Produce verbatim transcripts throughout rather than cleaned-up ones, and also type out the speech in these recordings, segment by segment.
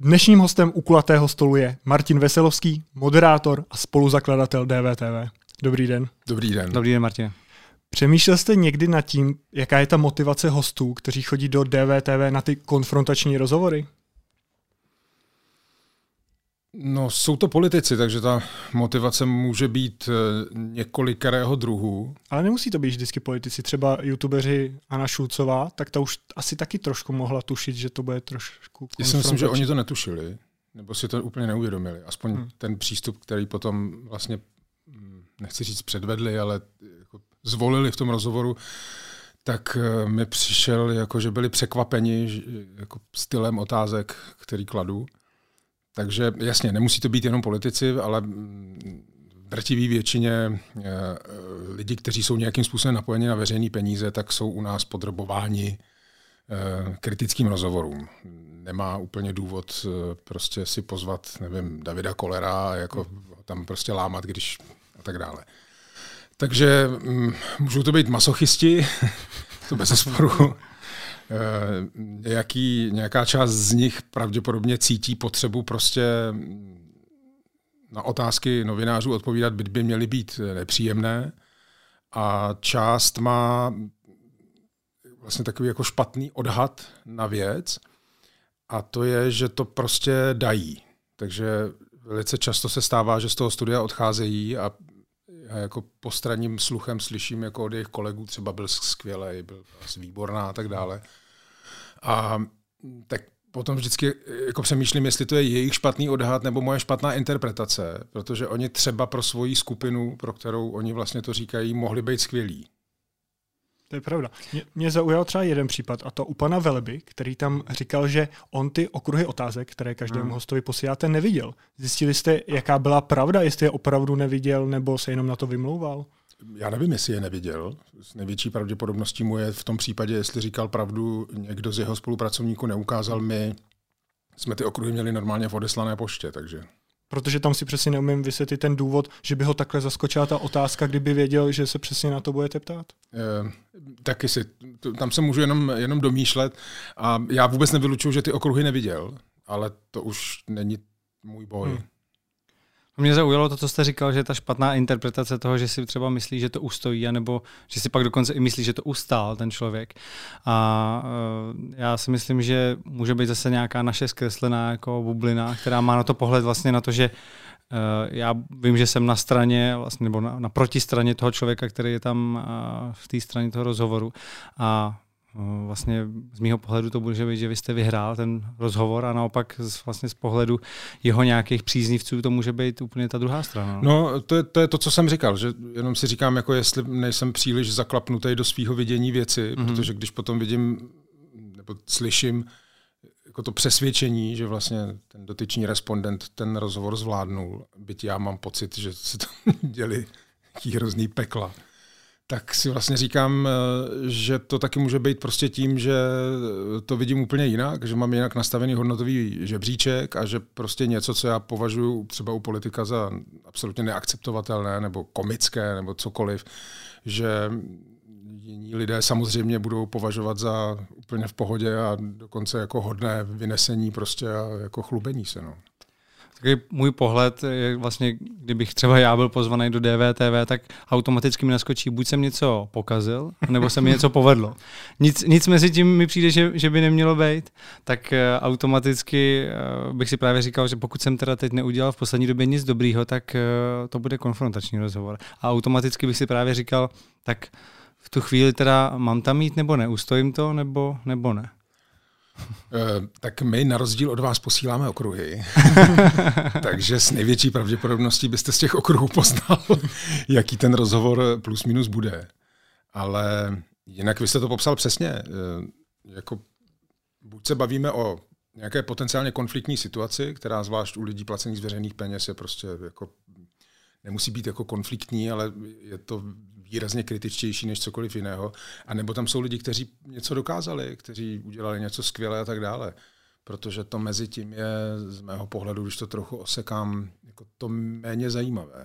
Dnešním hostem u kulatého stolu je Martin Veselovský, moderátor a spoluzakladatel D V T V. Dobrý den. Dobrý den. Dobrý den, Martin. Přemýšlel jste někdy nad tím, jaká je ta motivace hostů, kteří chodí do D V T V na ty konfrontační rozhovory? No, jsou to politici, takže ta motivace může být několikerého druhu. Ale nemusí to být vždycky politici. Třeba youtubeři Anna Šulcová, tak ta už asi taky trošku mohla tušit, že to bude trošku Já si myslím, že oni to netušili, nebo si to úplně neuvědomili. Aspoň hmm. ten přístup, který potom vlastně, nechci říct předvedli, ale jako zvolili v tom rozhovoru, tak mi přišel, jako, že byli překvapeni jako stylem otázek, který kladu. Takže jasně, nemusí to být jenom politici, ale v drtivé většině lidí, kteří jsou nějakým způsobem napojeni na veřejné peníze, tak jsou u nás podrobováni kritickým rozhovorům. Nemá úplně důvod prostě si pozvat, nevím, Davida Kollera a jako tam prostě lámat, když a tak dále. Takže můžou to být masochisti, to bez zesporu. Nějaký, nějaká část z nich pravděpodobně cítí potřebu prostě na otázky novinářů odpovídat, byť by měly být nepříjemné. A část má vlastně takový jako špatný odhad na věc a to je, že to prostě dají. Takže velice často se stává, že z toho studia odcházejí a já jako postranním sluchem slyším jako od jejich kolegů, třeba byl skvělej, byl výborná a tak dále. A tak potom vždycky jako přemýšlím, jestli to je jejich špatný odhad nebo moje špatná interpretace, protože oni třeba pro svoji skupinu, pro kterou oni vlastně to říkají, mohli být skvělí. To je pravda. Mě, mě zaujal třeba jeden případ, a to u pana Veleby, který tam říkal, že on ty okruhy otázek, které každému hmm. hostovi posíláte, neviděl. Zjistili jste, jaká byla pravda, jestli je opravdu neviděl, nebo se jenom na to vymlouval? Já nevím, jestli je neviděl. S největší pravděpodobností mu je v tom případě, jestli říkal pravdu, někdo z jeho spolupracovníků neukázal mi. Jsme ty okruhy měli normálně v odeslané poště, takže... Protože tam si přesně neumím vysvětlit ten důvod, že by ho takhle zaskočila ta otázka, kdyby věděl, že se přesně na to budete ptát? E, taky si. Tam se můžu jenom, jenom domýšlet. A já vůbec nevylučuju, že ty okruhy neviděl, ale to už není můj boj. Hmm. Mě zaujalo to, co jste říkal, že je ta špatná interpretace toho, že si třeba myslí, že to ustojí, anebo že si pak dokonce i myslí, že to ustál ten člověk. A uh, já si myslím, že může být zase nějaká naše zkreslená jako bublina, která má na to pohled vlastně na to, že uh, já vím, že jsem na straně, vlastně, nebo na, na protistraně toho člověka, který je tam uh, v té straně toho rozhovoru. A vlastně z mýho pohledu to může být, že vy jste vyhrál ten rozhovor a naopak z, vlastně z pohledu jeho nějakých příznivců to může být úplně ta druhá strana. No, to je, to je to, co jsem říkal, že jenom si říkám, jako jestli nejsem příliš zaklapnutý do svého vidění věci, mm-hmm. protože když potom vidím nebo slyším jako to přesvědčení, že vlastně ten dotyčný respondent ten rozhovor zvládnul, byť já mám pocit, že se tam děli jaký hrozný pekla, tak si vlastně říkám, že to taky může být prostě tím, že to vidím úplně jinak, že mám jinak nastavený hodnotový žebříček a že prostě něco, co já považuji třeba u politika za absolutně neakceptovatelné nebo komické nebo cokoliv, že jiní lidé samozřejmě budou považovat za úplně v pohodě a dokonce jako hodné vynesení prostě a jako chlubení se. No. Takový můj pohled je vlastně, kdybych třeba já byl pozvaný do D V T V, tak automaticky mi naskočí, buď jsem něco pokazil, nebo se mi něco povedlo. Nic, nic mezi tím mi přijde, že, že by nemělo být, tak uh, automaticky uh, bych si právě říkal, že pokud jsem teda teď neudělal v poslední době nic dobrýho, tak uh, to bude konfrontační rozhovor. A automaticky bych si právě říkal, tak v tu chvíli teda mám tam jít nebo ne, ustojím to nebo, nebo ne. Uh, tak my na rozdíl od vás posíláme okruhy, takže s největší pravděpodobností byste z těch okruhů poznal, jaký ten rozhovor plus minus bude. Ale jinak vy jste to popsal přesně. Uh, jako buď se bavíme o nějaké potenciálně konfliktní situaci, která zvlášť u lidí placených z veřejných peněz je prostě jako, nemusí být jako konfliktní, ale je to výrazně kritičtější než cokoliv jiného. A nebo tam jsou lidi, kteří něco dokázali, kteří udělali něco skvělé a tak dále. Protože to mezi tím je z mého pohledu, když to trochu osekám, jako to méně zajímavé.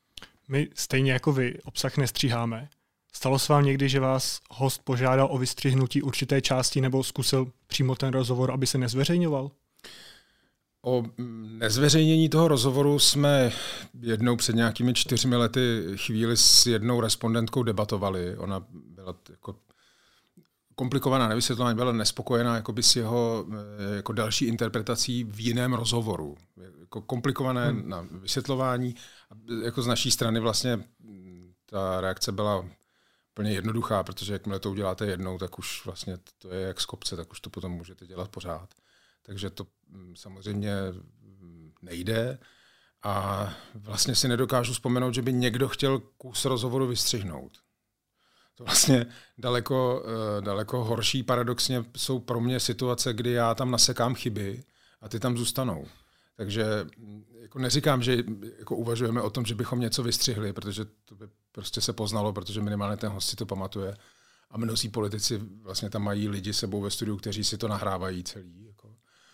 My stejně jako vy obsah nestříháme. Stalo se vám někdy, že vás host požádal o vystřihnutí určité části nebo zkusil přímo ten rozhovor, aby se nezveřejňoval? O nezveřejnění toho rozhovoru jsme jednou před nějakými čtyřmi lety chvíli s jednou respondentkou debatovali. Ona byla jako komplikovaná nevysvětlování, byla nespokojená jakoby s jeho jako další interpretací v jiném rozhovoru. Jako komplikované hmm. na vysvětlování. Jako z naší strany vlastně ta reakce byla úplně jednoduchá, protože jakmile to uděláte jednou, tak už vlastně to je jak z kopce, tak už to potom můžete dělat pořád. Takže to samozřejmě nejde a vlastně si nedokážu vzpomenout, že by někdo chtěl kus rozhovoru vystřihnout. To vlastně daleko, daleko horší paradoxně jsou pro mě situace, kdy já tam nasekám chyby a ty tam zůstanou. Takže jako neříkám, že jako uvažujeme o tom, že bychom něco vystřihli, protože to by prostě se poznalo, protože minimálně ten host si to pamatuje. A mnozí politici vlastně tam mají lidi sebou ve studiu, kteří si to nahrávají celý. Jako.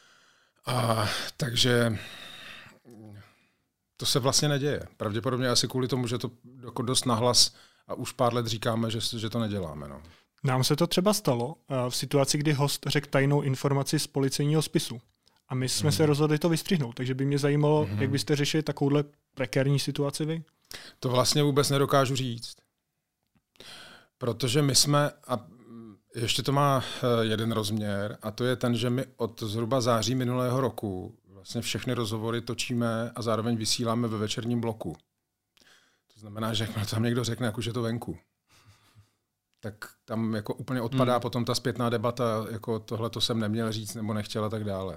A takže to se vlastně neděje. Pravděpodobně asi kvůli tomu, že to jako dost nahlas a už pár let říkáme, že, že to neděláme. No. Nám se to třeba stalo v situaci, kdy host řekl tajnou informaci z policejního spisu. A my jsme mm. se rozhodli to vystřihnout. Takže by mě zajímalo, mm. jak byste řešili takovouhle prekérní situaci vy? To vlastně vůbec nedokážu říct. Protože my jsme, a ještě to má jeden rozměr, a to je ten, že my od zhruba září minulého roku vlastně všechny rozhovory točíme a zároveň vysíláme ve večerním bloku. To znamená, že jak tam někdo řekne, jak už je to venku, tak tam jako úplně odpadá mm. potom ta zpětná debata, jako tohle to jsem neměl říct nebo nechtěl a tak dále.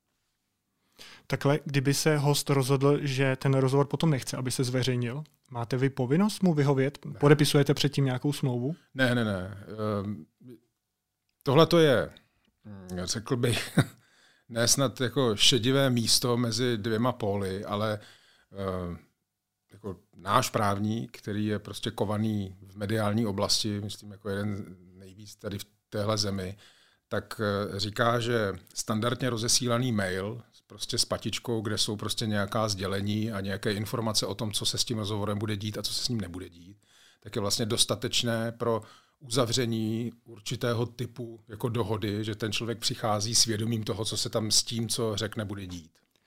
Takhle, kdyby se host rozhodl, že ten rozhovor potom nechce, aby se zveřejnil, máte vy povinnost mu vyhovět? Ne. Podepisujete předtím nějakou smlouvu? Ne, ne, ne. Tohle to je, řekl bych, ne snad jako šedivé místo mezi dvěma póly, ale jako náš právník, který je prostě kovaný v mediální oblasti, myslím jako jeden nejvíc tady v téhle zemi, tak říká, že standardně rozesílaný mail prostě s patičkou, kde jsou prostě nějaká sdělení a nějaké informace o tom, co se s tím rozhovorem bude dít a co se s ním nebude dít, tak je vlastně dostatečné pro uzavření určitého typu jako dohody, že ten člověk přichází s vědomím toho, co se tam s tím, co řekne, bude dít.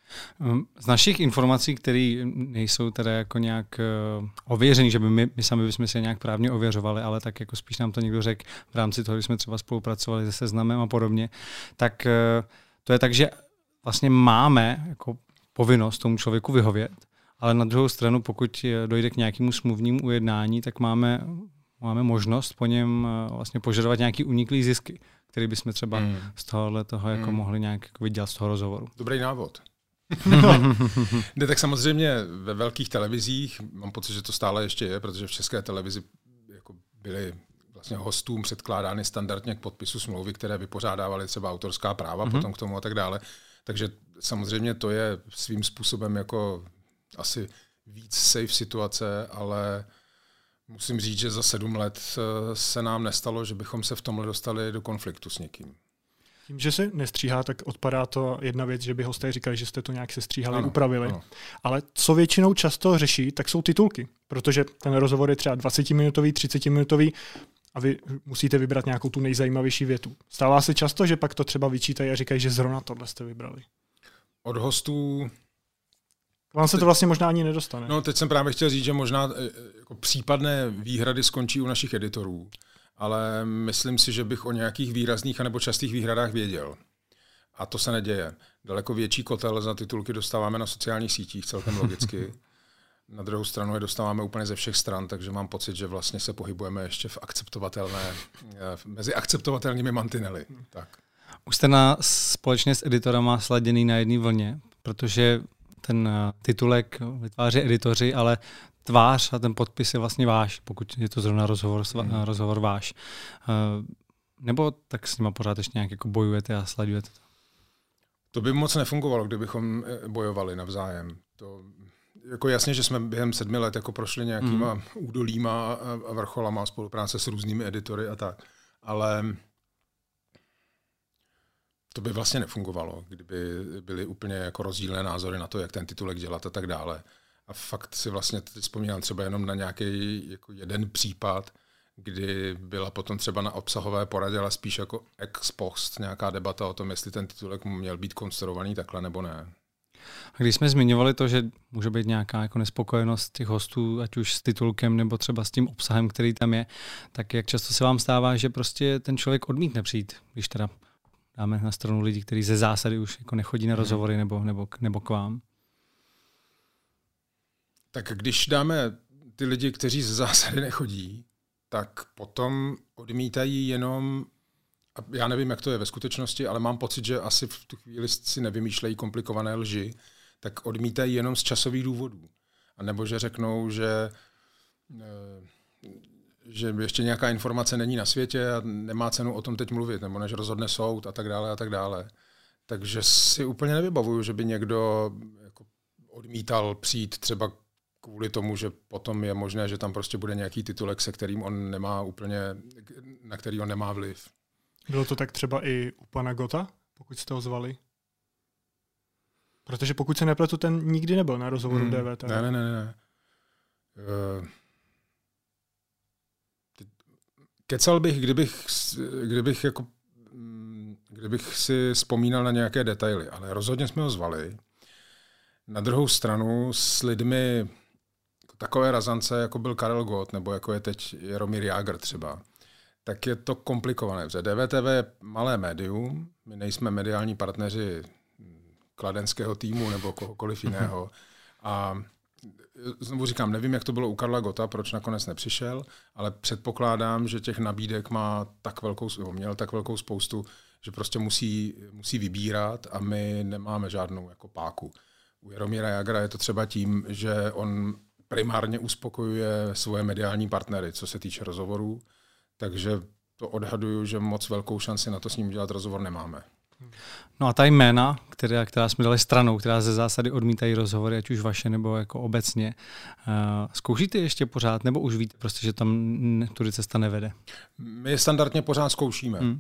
Z našich informací, které nejsou teda jako nějak uh, ověřený, že by my, my sami bychom se nějak právně ověřovali, ale tak jako spíš nám to někdo řekl v rámci toho, když jsme třeba spolupracovali se Seznamem a podobně, tak uh, to je tak, že vlastně máme jako povinnost tomu člověku vyhovět, ale na druhou stranu, pokud dojde k nějakému smluvnímu ujednání, tak máme, máme možnost po něm uh, vlastně požadovat nějaký uniklý zisky, který bychom třeba hmm. z tohohle toho jako hmm. mohli nějak jako vydělat z toho rozhovoru. Dobrý návod. No. Ne, tak samozřejmě ve velkých televizích, mám pocit, že to stále ještě je, protože v České televizi jako byly vlastně hostům předkládány standardně k podpisu smlouvy, které vypořádávaly třeba autorská práva, mm-hmm. potom k tomu a tak dále. Takže samozřejmě to je svým způsobem jako asi víc safe situace, ale musím říct, že za sedm let se nám nestalo, že bychom se v tomhle dostali do konfliktu s někým. Tím, že se nestříhá, tak odpadá to jedna věc, že by hosté říkali, že jste to nějak sestříhali, ano, upravili. Ano. Ale co většinou často řeší, tak jsou titulky, protože ten rozhovor je třeba dvacetiminutový, třicetiminutový a vy musíte vybrat nějakou tu nejzajímavější větu. Stává se často, že pak to třeba vyčítají a říkají, že zrovna tohle jste vybrali. Od hostů... Vám se to vlastně možná ani nedostane. No, teď jsem právě chtěl říct, že možná jako případné výhrady skončí u našich editorů. Ale myslím si, že bych o nějakých výrazných anebo častých výhradách věděl. A to se neděje. Daleko větší kotel za titulky dostáváme na sociálních sítích, celkem logicky. Na druhou stranu je dostáváme úplně ze všech stran, takže mám pocit, že vlastně se pohybujeme ještě v akceptovatelné, mezi akceptovatelnými mantinely. Tak. Už jste na, společně s editorama sladěný na jedné vlně, protože ten titulek vytváří editoři, ale tvář a ten podpis je vlastně váš, pokud je to zrovna rozhovor, hmm. rozhovor váš. Nebo tak s nima pořád ještě nějak jako bojujete a sledujete to? To by moc nefungovalo, kdybychom bojovali navzájem. To, jako jasně, že jsme během sedmi let jako prošli nějakýma hmm. údolíma a vrcholama, spolupráce s různými editory a tak. Ale to by vlastně nefungovalo, kdyby byly úplně jako rozdílné názory na to, jak ten titulek dělat a tak dále. A fakt si vlastně teď vzpomínám třeba jenom na nějaký jako jeden případ, kdy byla potom třeba na obsahové poradě, ale spíš jako ex post nějaká debata o tom, jestli ten titulek měl být konstruovaný takhle nebo ne. A když jsme zmiňovali to, že může být nějaká jako nespokojenost těch hostů, ať už s titulkem nebo třeba s tím obsahem, který tam je, tak jak často se vám stává, že prostě ten člověk odmítne přijít, když teda dáme na stranu lidi, kteří ze zásady už jako nechodí na rozhovory nebo, nebo, nebo k vám? Tak když dáme ty lidi, kteří ze zásady nechodí, tak potom odmítají jenom, a já nevím, jak to je ve skutečnosti, ale mám pocit, že asi v tu chvíli si nevymýšlejí komplikované lži, tak odmítají jenom z časových důvodů. A nebo že řeknou, že, že ještě nějaká informace není na světě a nemá cenu o tom teď mluvit, nebo než rozhodne soud a tak dále a tak dále. Takže si úplně nevybavuju, že by někdo jako odmítal přijít třeba kvůli tomu, že potom je možné, že tam prostě bude nějaký titulek, se kterým on nemá úplně, na který on nemá vliv. Bylo to tak třeba i u pana Gotta, pokud jste ho zvali? Protože pokud se nepletu, ten nikdy nebyl na rozhovoru hmm, D V T V. Ne, ne, ne. ne. Uh, kecal bych, kdybych, kdybych, jako, kdybych si vzpomínal na nějaké detaily, ale rozhodně jsme ho zvali. Na druhou stranu s lidmi takové razance, jako byl Karel Gott, nebo jako je teď Jaromír Jágr třeba, tak je to komplikované, protože D V T V je malé médium, my nejsme mediální partneři kladenského týmu nebo kohokoliv jiného. A znovu říkám, nevím, jak to bylo u Karla Gotta, proč nakonec nepřišel, ale předpokládám, že těch nabídek má tak velkou, měl tak velkou spoustu, že prostě musí, musí vybírat a my nemáme žádnou jako páku. U Jaromíra Jágra je to třeba tím, že on primárně uspokojuje svoje mediální partnery, co se týče rozhovorů, takže to odhaduju, že moc velkou šanci na to s ním dělat rozhovor nemáme. No a ta jména, která, která jsme dali stranou, která ze zásady odmítají rozhovory, ať už vaše nebo jako obecně, uh, zkoušíte ještě pořád, nebo už víte prostě, že tam tudy cesta nevede? My standardně pořád zkoušíme. Hmm.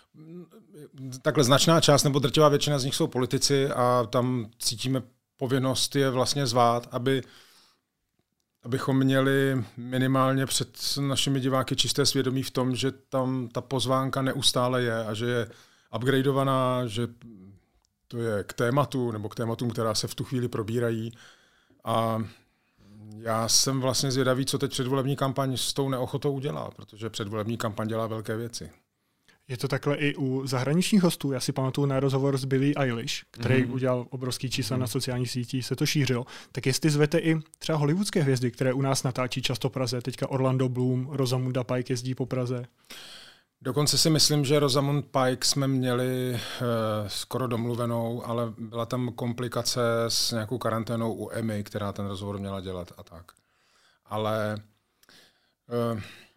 Takhle značná část nebo drtivá většina z nich jsou politici a tam cítíme povinnost je vlastně zvát, aby, abychom měli minimálně před našimi diváky čisté svědomí v tom, že tam ta pozvánka neustále je a že je upgradeovaná, že to je k tématu nebo k tématům, která se v tu chvíli probírají. A já jsem vlastně zvědavý, co teď předvolební kampaň s tou neochotou udělá, protože předvolební kampaň dělá velké věci. Je to takhle i u zahraničních hostů. Já si pamatuju na rozhovor s Billie Eilish, který mm. udělal obrovský čísla mm. na sociálních sítích, se to šířilo. Tak jestli zvete i třeba hollywoodské hvězdy, které u nás natáčí často v Praze, teďka Orlando Bloom, Rosamunda Pike jezdí po Praze. Dokonce si myslím, že Rosamund Pike jsme měli uh, skoro domluvenou, ale byla tam komplikace s nějakou karanténou u Emmy, která ten rozhovor měla dělat a tak. Ale uh,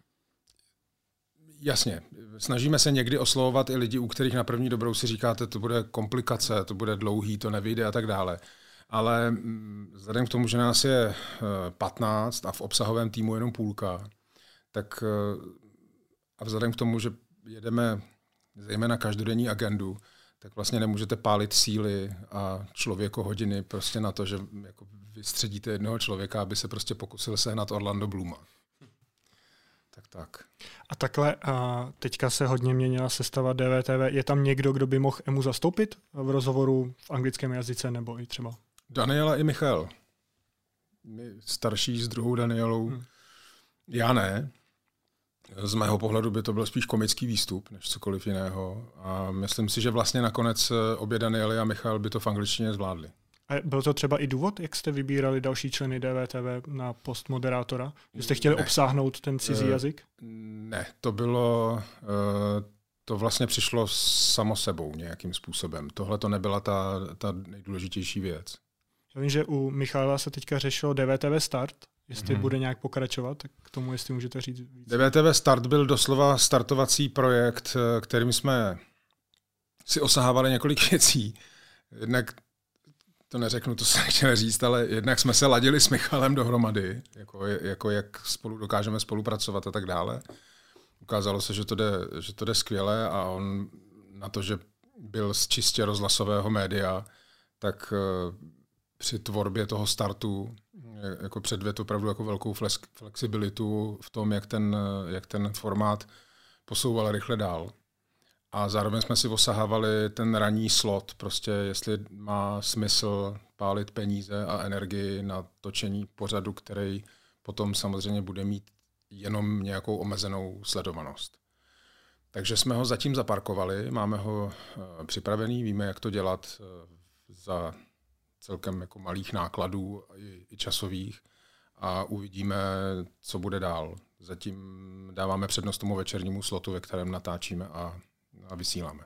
jasně, snažíme se někdy oslovovat i lidi, u kterých na první dobrou si říkáte, to bude komplikace, to bude dlouhý, to nevyjde a tak dále. Ale mm, vzhledem k tomu, že nás je uh, patnáct a v obsahovém týmu jenom půlka, tak uh, a vzhledem k tomu, že jedeme zejména každodenní agendu, tak vlastně nemůžete pálit síly a člověko hodiny prostě na to, že jako vystředíte jednoho člověka, aby se prostě pokusil sehnat Orlando Blooma. Tak tak. A takhle a teďka se hodně měnila sestava D V T V. Je tam někdo, kdo by mohl Emu zastoupit v rozhovoru v anglickém jazyce nebo i třeba? Daniela i Michal. My starší s druhou Danielou. Hmm. Já ne. Z mého pohledu by to byl spíš komický výstup, než cokoliv jiného. A myslím si, že vlastně nakonec obě Daniely a Michal by to v angličtině zvládli. A byl to třeba i důvod, jak jste vybírali další členy D V T V na post moderátora? Že jste chtěli ne. obsáhnout ten cizí uh, jazyk? Ne, to bylo, uh, to vlastně přišlo samo sebou nějakým způsobem. Tohle to nebyla ta, ta nejdůležitější věc. Já vím, že u Michala se teďka řešilo D V T V Start. Jestli hmm. bude nějak pokračovat, tak k tomu, jestli můžete říct víc. D V T V Start byl doslova startovací projekt, kterým jsme si osahávali několik věcí. Jednak, to neřeknu, to jsem chtěl říct, ale jednak jsme se ladili s Michalem dohromady, jako, jako jak spolu dokážeme spolupracovat a tak dále. Ukázalo se, že to jde, že to jde skvěle a on na to, že byl z čistě rozhlasového média, tak při tvorbě toho startu jako předvedl opravdu jako velkou flexibilitu v tom, jak ten, jak ten formát posouval rychle dál. A zároveň jsme si osahávali ten ranní slot, prostě jestli má smysl pálit peníze a energii na točení pořadu, který potom samozřejmě bude mít jenom nějakou omezenou sledovanost. Takže jsme ho zatím zaparkovali, máme ho připravený, víme, jak to dělat za celkem jako malých nákladů i, i časových a uvidíme, co bude dál. Zatím dáváme přednost tomu večernímu slotu, ve kterém natáčíme a, a vysíláme.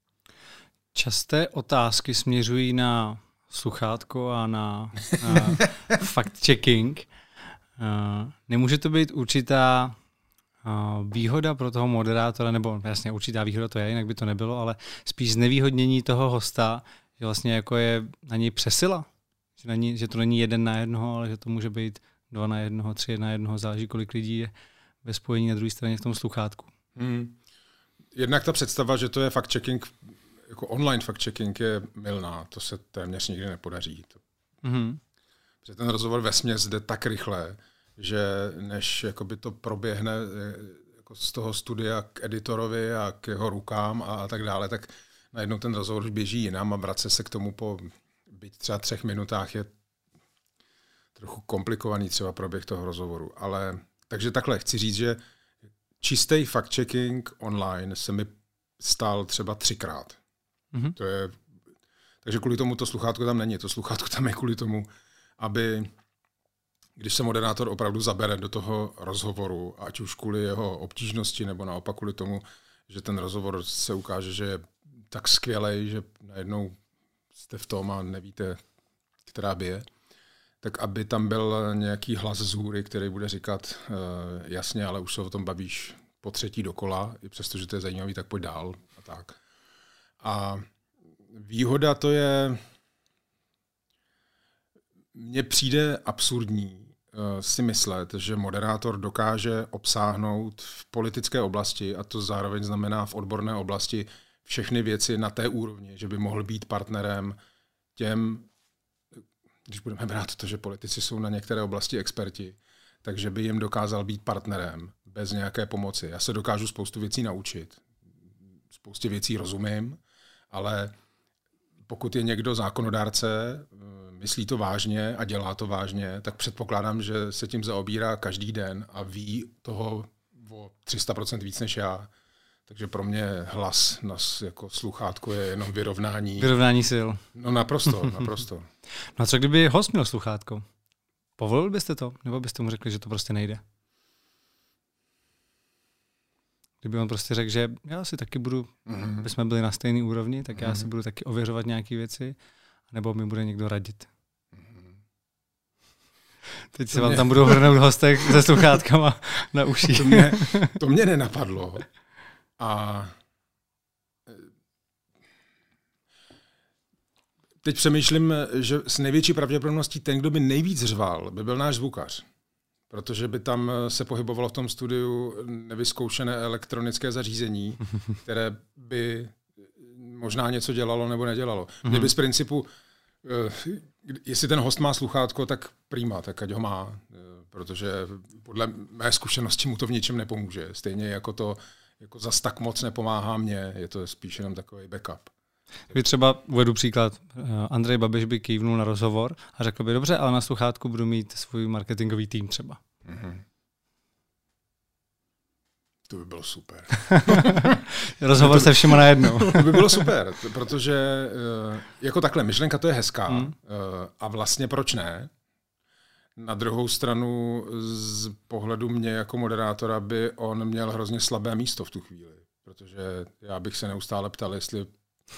Časté otázky směřují na sluchátko a na, na fact-checking. Uh, nemůže to být určitá uh, výhoda pro toho moderátora, nebo jasně určitá výhoda to je, jinak by to nebylo, ale spíš znevýhodnění toho hosta, že vlastně jako je na něj přesila, že, na ní, že to není jeden na jednoho, ale že to může být dva na jednoho, tři na jednoho, záleží, kolik lidí je ve spojení na druhé straně v tom sluchátku. Hmm. Jednak ta představa, že to je fact-checking, jako online fact-checking je mylná, to se téměř nikdy nepodaří. Hmm. Protože ten rozhovor vesměs jde tak rychle, že než jakoby to proběhne jako z toho studia k editorovi a k jeho rukám a, a tak dále, tak najednou ten rozhovor už běží jinam a vrace se k tomu po byť třeba třech minutách je trochu komplikovaný třeba proběh toho rozhovoru. Ale takže takhle chci říct, že čistý fact-checking online se mi stál třeba třikrát. Mm-hmm. To je, takže kvůli tomu to sluchátko tam není. To sluchátko tam je kvůli tomu, aby když se moderátor opravdu zabere do toho rozhovoru, ať už kvůli jeho obtížnosti, nebo naopak kvůli tomu, že ten rozhovor se ukáže, že je tak skvělej, že najednou jste v tom a nevíte, která by je, tak aby tam byl nějaký hlas z hůry, který bude říkat uh, jasně, ale už se o tom bavíš po třetí dokola, i přesto, že to je zajímavý, tak pojď dál a tak. A výhoda to je, mně přijde absurdní uh, si myslet, že moderátor dokáže obsáhnout v politické oblasti, a to zároveň znamená v odborné oblasti, všechny věci na té úrovni, že by mohl být partnerem těm, když budeme brát to, že politici jsou na některé oblasti experti, takže by jim dokázal být partnerem bez nějaké pomoci. Já se dokážu spoustu věcí naučit. Spoustě věcí rozumím, ale pokud je někdo zákonodárce, myslí to vážně a dělá to vážně, tak předpokládám, že se tím zaobírá každý den a ví toho o tři sta procent víc než já. Takže pro mě hlas na jako sluchátko je jenom vyrovnání. Vyrovnání sil. No naprosto, naprosto. No a co kdyby host měl sluchátko? Povolil byste to? Nebo byste mu řekli, že to prostě nejde? Kdyby on prostě řekl, že já si taky budu, mm-hmm. aby jsme byli na stejné úrovni, tak já mm-hmm. si budu taky ověřovat nějaké věci, nebo mi bude někdo radit. Mm-hmm. Teď se vám mě... tam budou hrnout hostek se sluchátkama na uších. To mě, to mě nenapadlo. A teď přemýšlím, že s největší pravděpodobností ten, kdo by nejvíc řval, by byl náš zvukař. Protože by tam se pohybovalo v tom studiu nevyzkoušené elektronické zařízení, které by možná něco dělalo nebo nedělalo. Kdyby z principu, jestli ten host má sluchátko, tak prima, tak ať ho má. Protože podle mé zkušenosti mu to v ničem nepomůže. Stejně jako to jako zas tak moc nepomáhá mně, je to spíš jenom takový backup. Vy třeba uvedu příklad, Andrej Babiš by kývnul na rozhovor a řekl by, dobře, ale na sluchátku budu mít svůj marketingový tým třeba. Mm-hmm. To by bylo super. Rozhovor se všema najednou. To by bylo super, protože jako takhle, myšlenka to je hezká mm. a vlastně proč ne? Na druhou stranu z pohledu mě jako moderátora by on měl hrozně slabé místo v tu chvíli, protože já bych se neustále ptal, jestli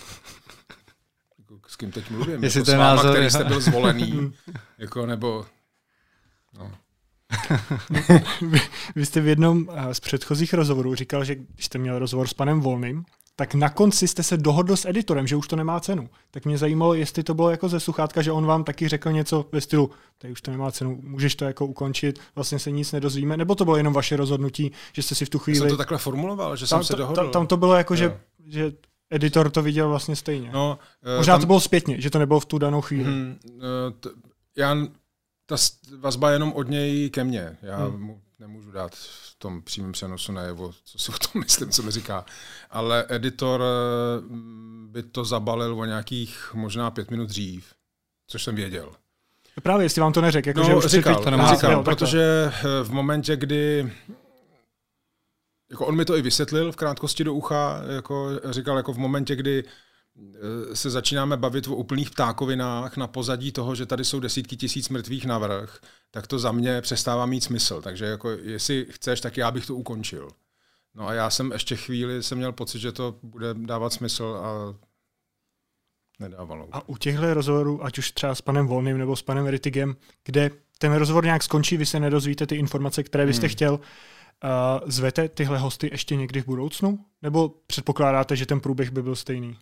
s kým teď mluvím, jestli jako s váma, názor, který jste byl zvolený, jako nebo no. vy, vy jste v jednom z předchozích rozhovorů říkal, že když jste měl rozhovor s panem Volným, tak na konci jste se dohodl s editorem, že už to nemá cenu. Tak mě zajímalo, jestli to bylo jako ze sluchátka, že on vám taky řekl něco ve stylu, tady už to nemá cenu, můžeš to jako ukončit, vlastně se nic nedozvíme, nebo to bylo jenom vaše rozhodnutí, že jste si v tu chvíli... Já jsem to takhle formuloval, že tam, jsem se dohodl. Tam, tam to bylo jako, že, že editor to viděl vlastně stejně. No, možná tam... to bylo zpětně, že to nebylo v tu danou chvíli. Hmm, t- já, ta vazba jenom od něj ke mně. Já hmm. mu nemůžu dát v tom přímém přenosu najevo, co si o tom myslím, co mi říká. Ale editor by to zabalil o nějakých možná pět minut dřív, což jsem věděl. Právě, jestli vám to neřekl. Jako, no, že už říkal, to nemá, říkal, jo, protože v momentě, kdy jako on mi to i vysvětlil v krátkosti do ucha, jako říkal, jako v momentě, kdy se začínáme bavit o úplných ptákovinách na pozadí toho, že tady jsou desítky tisíc mrtvých navrch, tak to za mě přestává mít smysl. Takže jako, jestli chceš, tak já bych to ukončil. No a já jsem ještě chvíli jsem měl pocit, že to bude dávat smysl a nedávalo. A u těchto rozhovorů, ať už třeba s panem Volným nebo s panem Rittigem, kde ten rozhovor nějak skončí, vy se nedozvíte ty informace, které byste hmm. chtěl, uh, zvete tyhle hosty ještě někdy v budoucnu? Nebo předpokládáte, že ten průběh by byl stejný?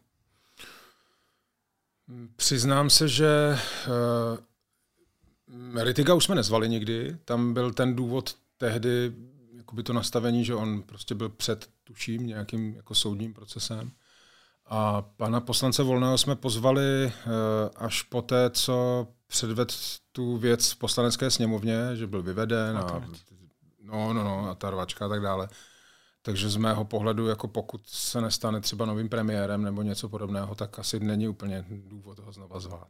Přiznám se, že uh, Rittiga už jsme nezvali nikdy. Tam byl ten důvod tehdy, jakoby to nastavení, že on prostě byl před, tuším, nějakým jako soudním procesem. A pana poslance Volného jsme pozvali uh, až poté, co předvedl tu věc v poslanecké sněmovně, že byl vyveden a, no, no, no, a ta rvačka a tak dále. Takže z mého pohledu, jako pokud se nestane třeba novým premiérem nebo něco podobného, tak asi není úplně důvod ho znova zvát.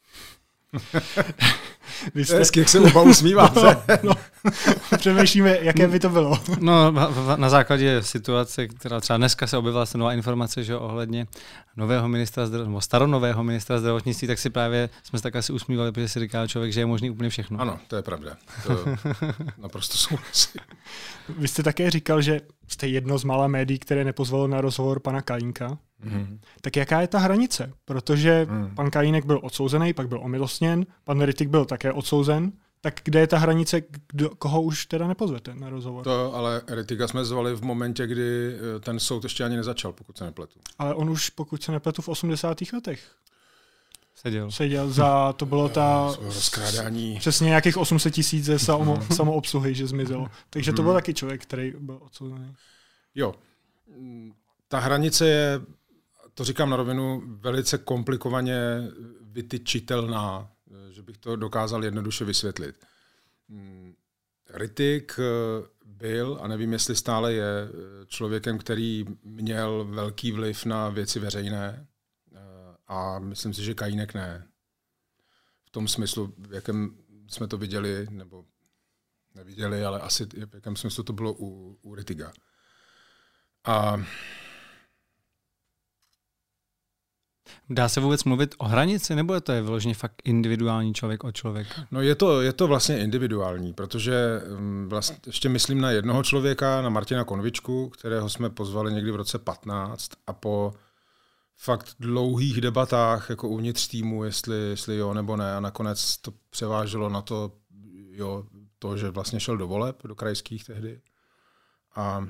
Vy jste... Hezky, jak se oba usmíváte. No, no. Přemýšlíme, jaké by to bylo. No, na základě situace, která třeba dneska se objevila se nová informace, že ohledně nového ministra nebo staronového ministra zdravotnictví, tak si právě jsme se tak asi usmívali, protože si říká člověk, že je možný úplně všechno. Ano, to je pravda. To naprosto souhlasím. Vy jste také říkal, že jste jedno z mála médií, které nepozvalo na rozhovor pana Kajínka. Mm. Tak jaká je ta hranice? Protože mm. pan Kajínek byl odsouzený, pak byl omilostněn, pan Rittig byl také odsouzen. Tak kde je ta hranice, kdo, koho už teda nepozvete na rozhovor? To ale Rittiga jsme zvali v momentě, kdy ten soud ještě ani nezačal, pokud se nepletu. Ale on už, pokud se nepletu, v osmdesátých letech seděl. Seděl za, to bylo ta... rozkrádání. Přesně nějakých osm set tisíc ze samo, samoobsluhy, že zmizelo. Takže to byl taky člověk, který byl odsouzený. Jo. Ta hranice je, to říkám na rovinu, velice komplikovaně vytyčitelná, že bych to dokázal jednoduše vysvětlit. Rittig byl, a nevím, jestli stále je, člověkem, který měl velký vliv na věci veřejné a myslím si, že Kajínek ne. V tom smyslu, v jakém jsme to viděli, nebo neviděli, ale asi v jakém smyslu to bylo u, u Rittiga. A dá se vůbec mluvit o hranici, nebo je to je vyloženě fakt individuální člověk od člověka? No je to, je to vlastně individuální, protože vlastně ještě myslím na jednoho člověka, na Martina Konvičku, kterého jsme pozvali někdy v roce patnáct a po fakt dlouhých debatách jako uvnitř týmu, jestli, jestli jo nebo ne, a nakonec to převáželo na to, jo, to, že vlastně šel do voleb, do krajských tehdy. A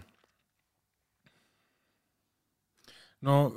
no,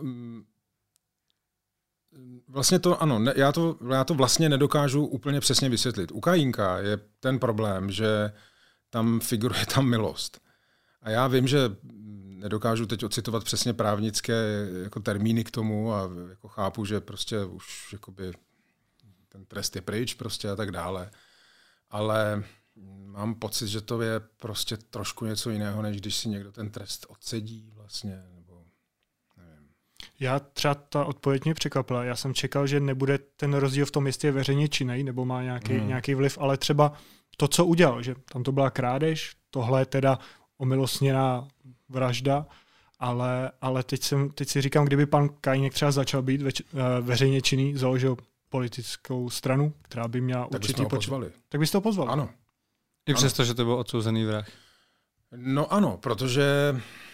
vlastně to, ano, ne, já, to, já to vlastně nedokážu úplně přesně vysvětlit. U Kajínka je ten problém, že tam figuruje tam milost. A já vím, že nedokážu teď ocitovat přesně právnické jako termíny k tomu a jako chápu, že prostě už jakoby ten trest je pryč prostě a tak dále. Ale mám pocit, že to je prostě trošku něco jiného, než když si někdo ten trest odsedí vlastně, nebo nevím. Já třeba ta odpověď mě překvapila. Já jsem čekal, že nebude ten rozdíl v tom, jestli je veřejně činnej, nebo má nějaký, hmm. nějaký vliv, ale třeba to, co udělal, že tam to byla krádež, tohle je teda omilostněná vražda, ale, ale teď, jsem, teď si říkám, kdyby pan Kajínek třeba začal být več, veřejně činný, založil politickou stranu, která by měla tak určitý počet. Tak byste ho pozvali. Ano. I přesto, že to byl odsouzený vrah. No ano, protože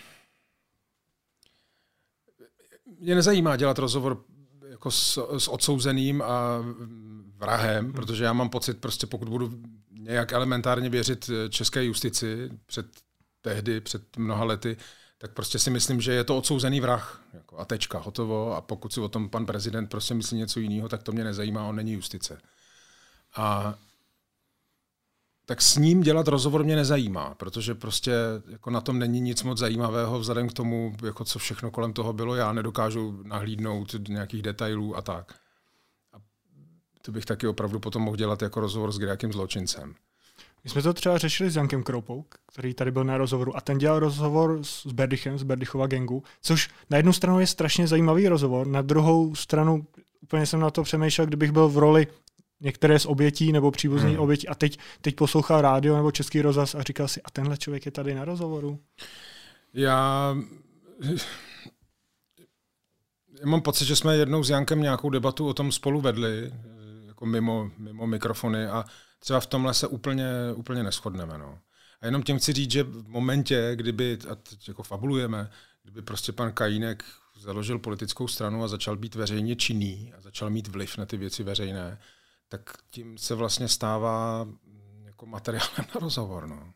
mě nezajímá dělat rozhovor jako s, s odsouzeným a vrahem, hmm. protože já mám pocit, prostě pokud budu nějak elementárně věřit české justici před tehdy, před mnoha lety, tak prostě si myslím, že je to odsouzený vrah. Jako a tečka, hotovo. A pokud si o tom pan prezident prostě myslí něco jiného, tak to mě nezajímá, on není justice. A tak s ním dělat rozhovor mě nezajímá, protože prostě jako na tom není nic moc zajímavého vzhledem k tomu, jako co všechno kolem toho bylo. Já nedokážu nahlídnout nějakých detailů a tak. A to bych taky opravdu potom mohl dělat jako rozhovor s nějakým zločincem. My jsme to třeba řešili s Jankem Kroupou, který tady byl na rozhovoru a ten dělal rozhovor s Berdychem, z Berdychova gangu, což na jednu stranu je strašně zajímavý rozhovor, na druhou stranu úplně jsem na to přemýšlel, kdybych byl v roli některé z obětí nebo příbuzných hmm. obětí a teď, teď poslouchal rádio nebo Český rozhlas a říkal si, a tenhle člověk je tady na rozhovoru? Já... Já mám pocit, že jsme jednou s Jankem nějakou debatu o tom spolu vedli, jako mimo, mimo mikrofony a třeba v tomhle se úplně, úplně neshodneme. No. A jenom tím chci říct, že v momentě, kdyby, a teď jako fabulujeme, kdyby prostě pan Kajínek založil politickou stranu a začal být veřejně činný a začal mít vliv na ty věci veřejné, tak tím se vlastně stává jako materiálem na rozhovor. No.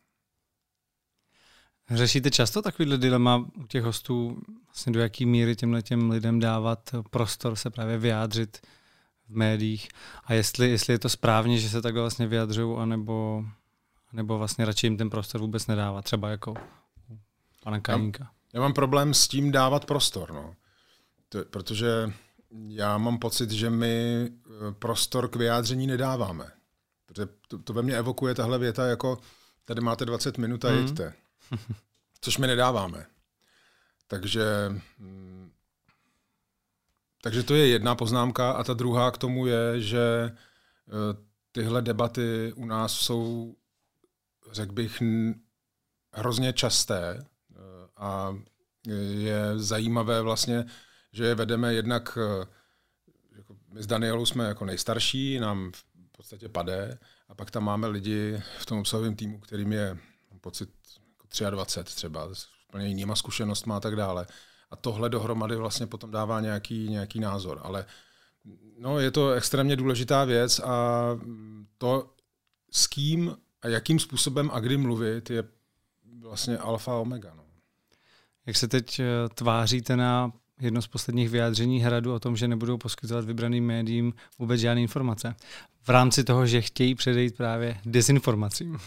Řešíte často takovýhle dilema u těch hostů, vlastně do jaký míry těmhle těm lidem dávat prostor se právě vyjádřit v médiích a jestli, jestli je to správně, že se takhle vlastně vyjadřují, anebo, anebo vlastně radši jim ten prostor vůbec nedává, třeba jako pana Kajíňka. Já, já mám problém s tím dávat prostor, no. To, protože já mám pocit, že my prostor k vyjádření nedáváme. Protože to, to ve mně evokuje tahle věta jako tady máte dvacet minut a jeďte. Což my nedáváme. Takže, takže to je jedna poznámka a ta druhá k tomu je, že tyhle debaty u nás jsou, řekl bych, hrozně časté a je zajímavé vlastně, že je vedeme jednak, jako my s Danielou jsme jako nejstarší, nám v podstatě padé a pak tam máme lidi v tom obsahovém týmu, kterým je pocit dvacet tři třeba, s úplně jinýma zkušenostma a tak dále. A tohle dohromady vlastně potom dává nějaký, nějaký názor. Ale no, je to extrémně důležitá věc a to, s kým a jakým způsobem a kdy mluvit, je vlastně alfa a omega. No. Jak se teď tváříte na jedno z posledních vyjádření Hradu o tom, že nebudou poskytovat vybraným médiím vůbec žádné informace? V rámci toho, že chtějí předejít právě dezinformacím.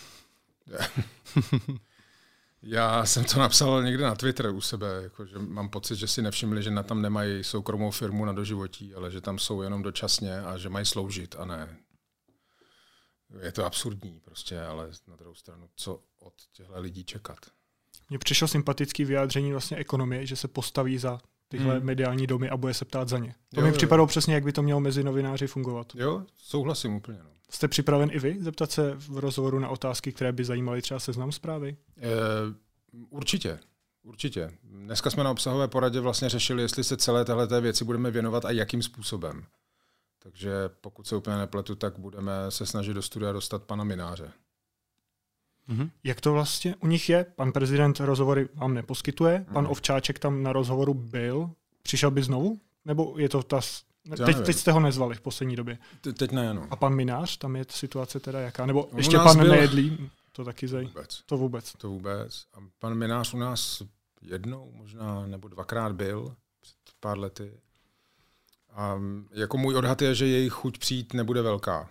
Já jsem to napsal někde na Twitter u sebe, jako, že mám pocit, že si nevšimli, že na tam nemají soukromou firmu na doživotí, ale že tam jsou jenom dočasně a že mají sloužit a ne. Je to absurdní prostě, ale na druhou stranu, co od těchto lidí čekat. Mně přišlo sympatický vyjádření vlastně ekonomie, že se postaví za tyhle hmm. mediální domy a bude se ptát za ně. To jo, mi připadalo jo. přesně, jak by to mělo mezi novináři fungovat. Jo, souhlasím úplně. No. Jste připraven i vy zeptat se v rozhovoru na otázky, které by zajímaly třeba Seznam Zprávy? E, určitě, určitě. Dneska jsme na obsahové poradě vlastně řešili, jestli se celé téhleté věci budeme věnovat a jakým způsobem. Takže pokud se úplně nepletu, tak budeme se snažit do studia dostat pana Mináře. Mm-hmm. Jak to vlastně u nich je? Pan prezident rozhovory vám neposkytuje, pan mm. Ovčáček tam na rozhovoru byl. Přišel by znovu? Nebo je to ta... Teď, teď jste ho nezvali v poslední době. Te, teď ne, no. A pan Minář, tam je situace teda jaká? Nebo on ještě pan byl... Nejedlý? To taky zaj... Vůbec. To vůbec. To vůbec. A pan Minář u nás jednou možná nebo dvakrát byl před pár lety. A jako můj odhad je, že jejich chuť přijít nebude velká.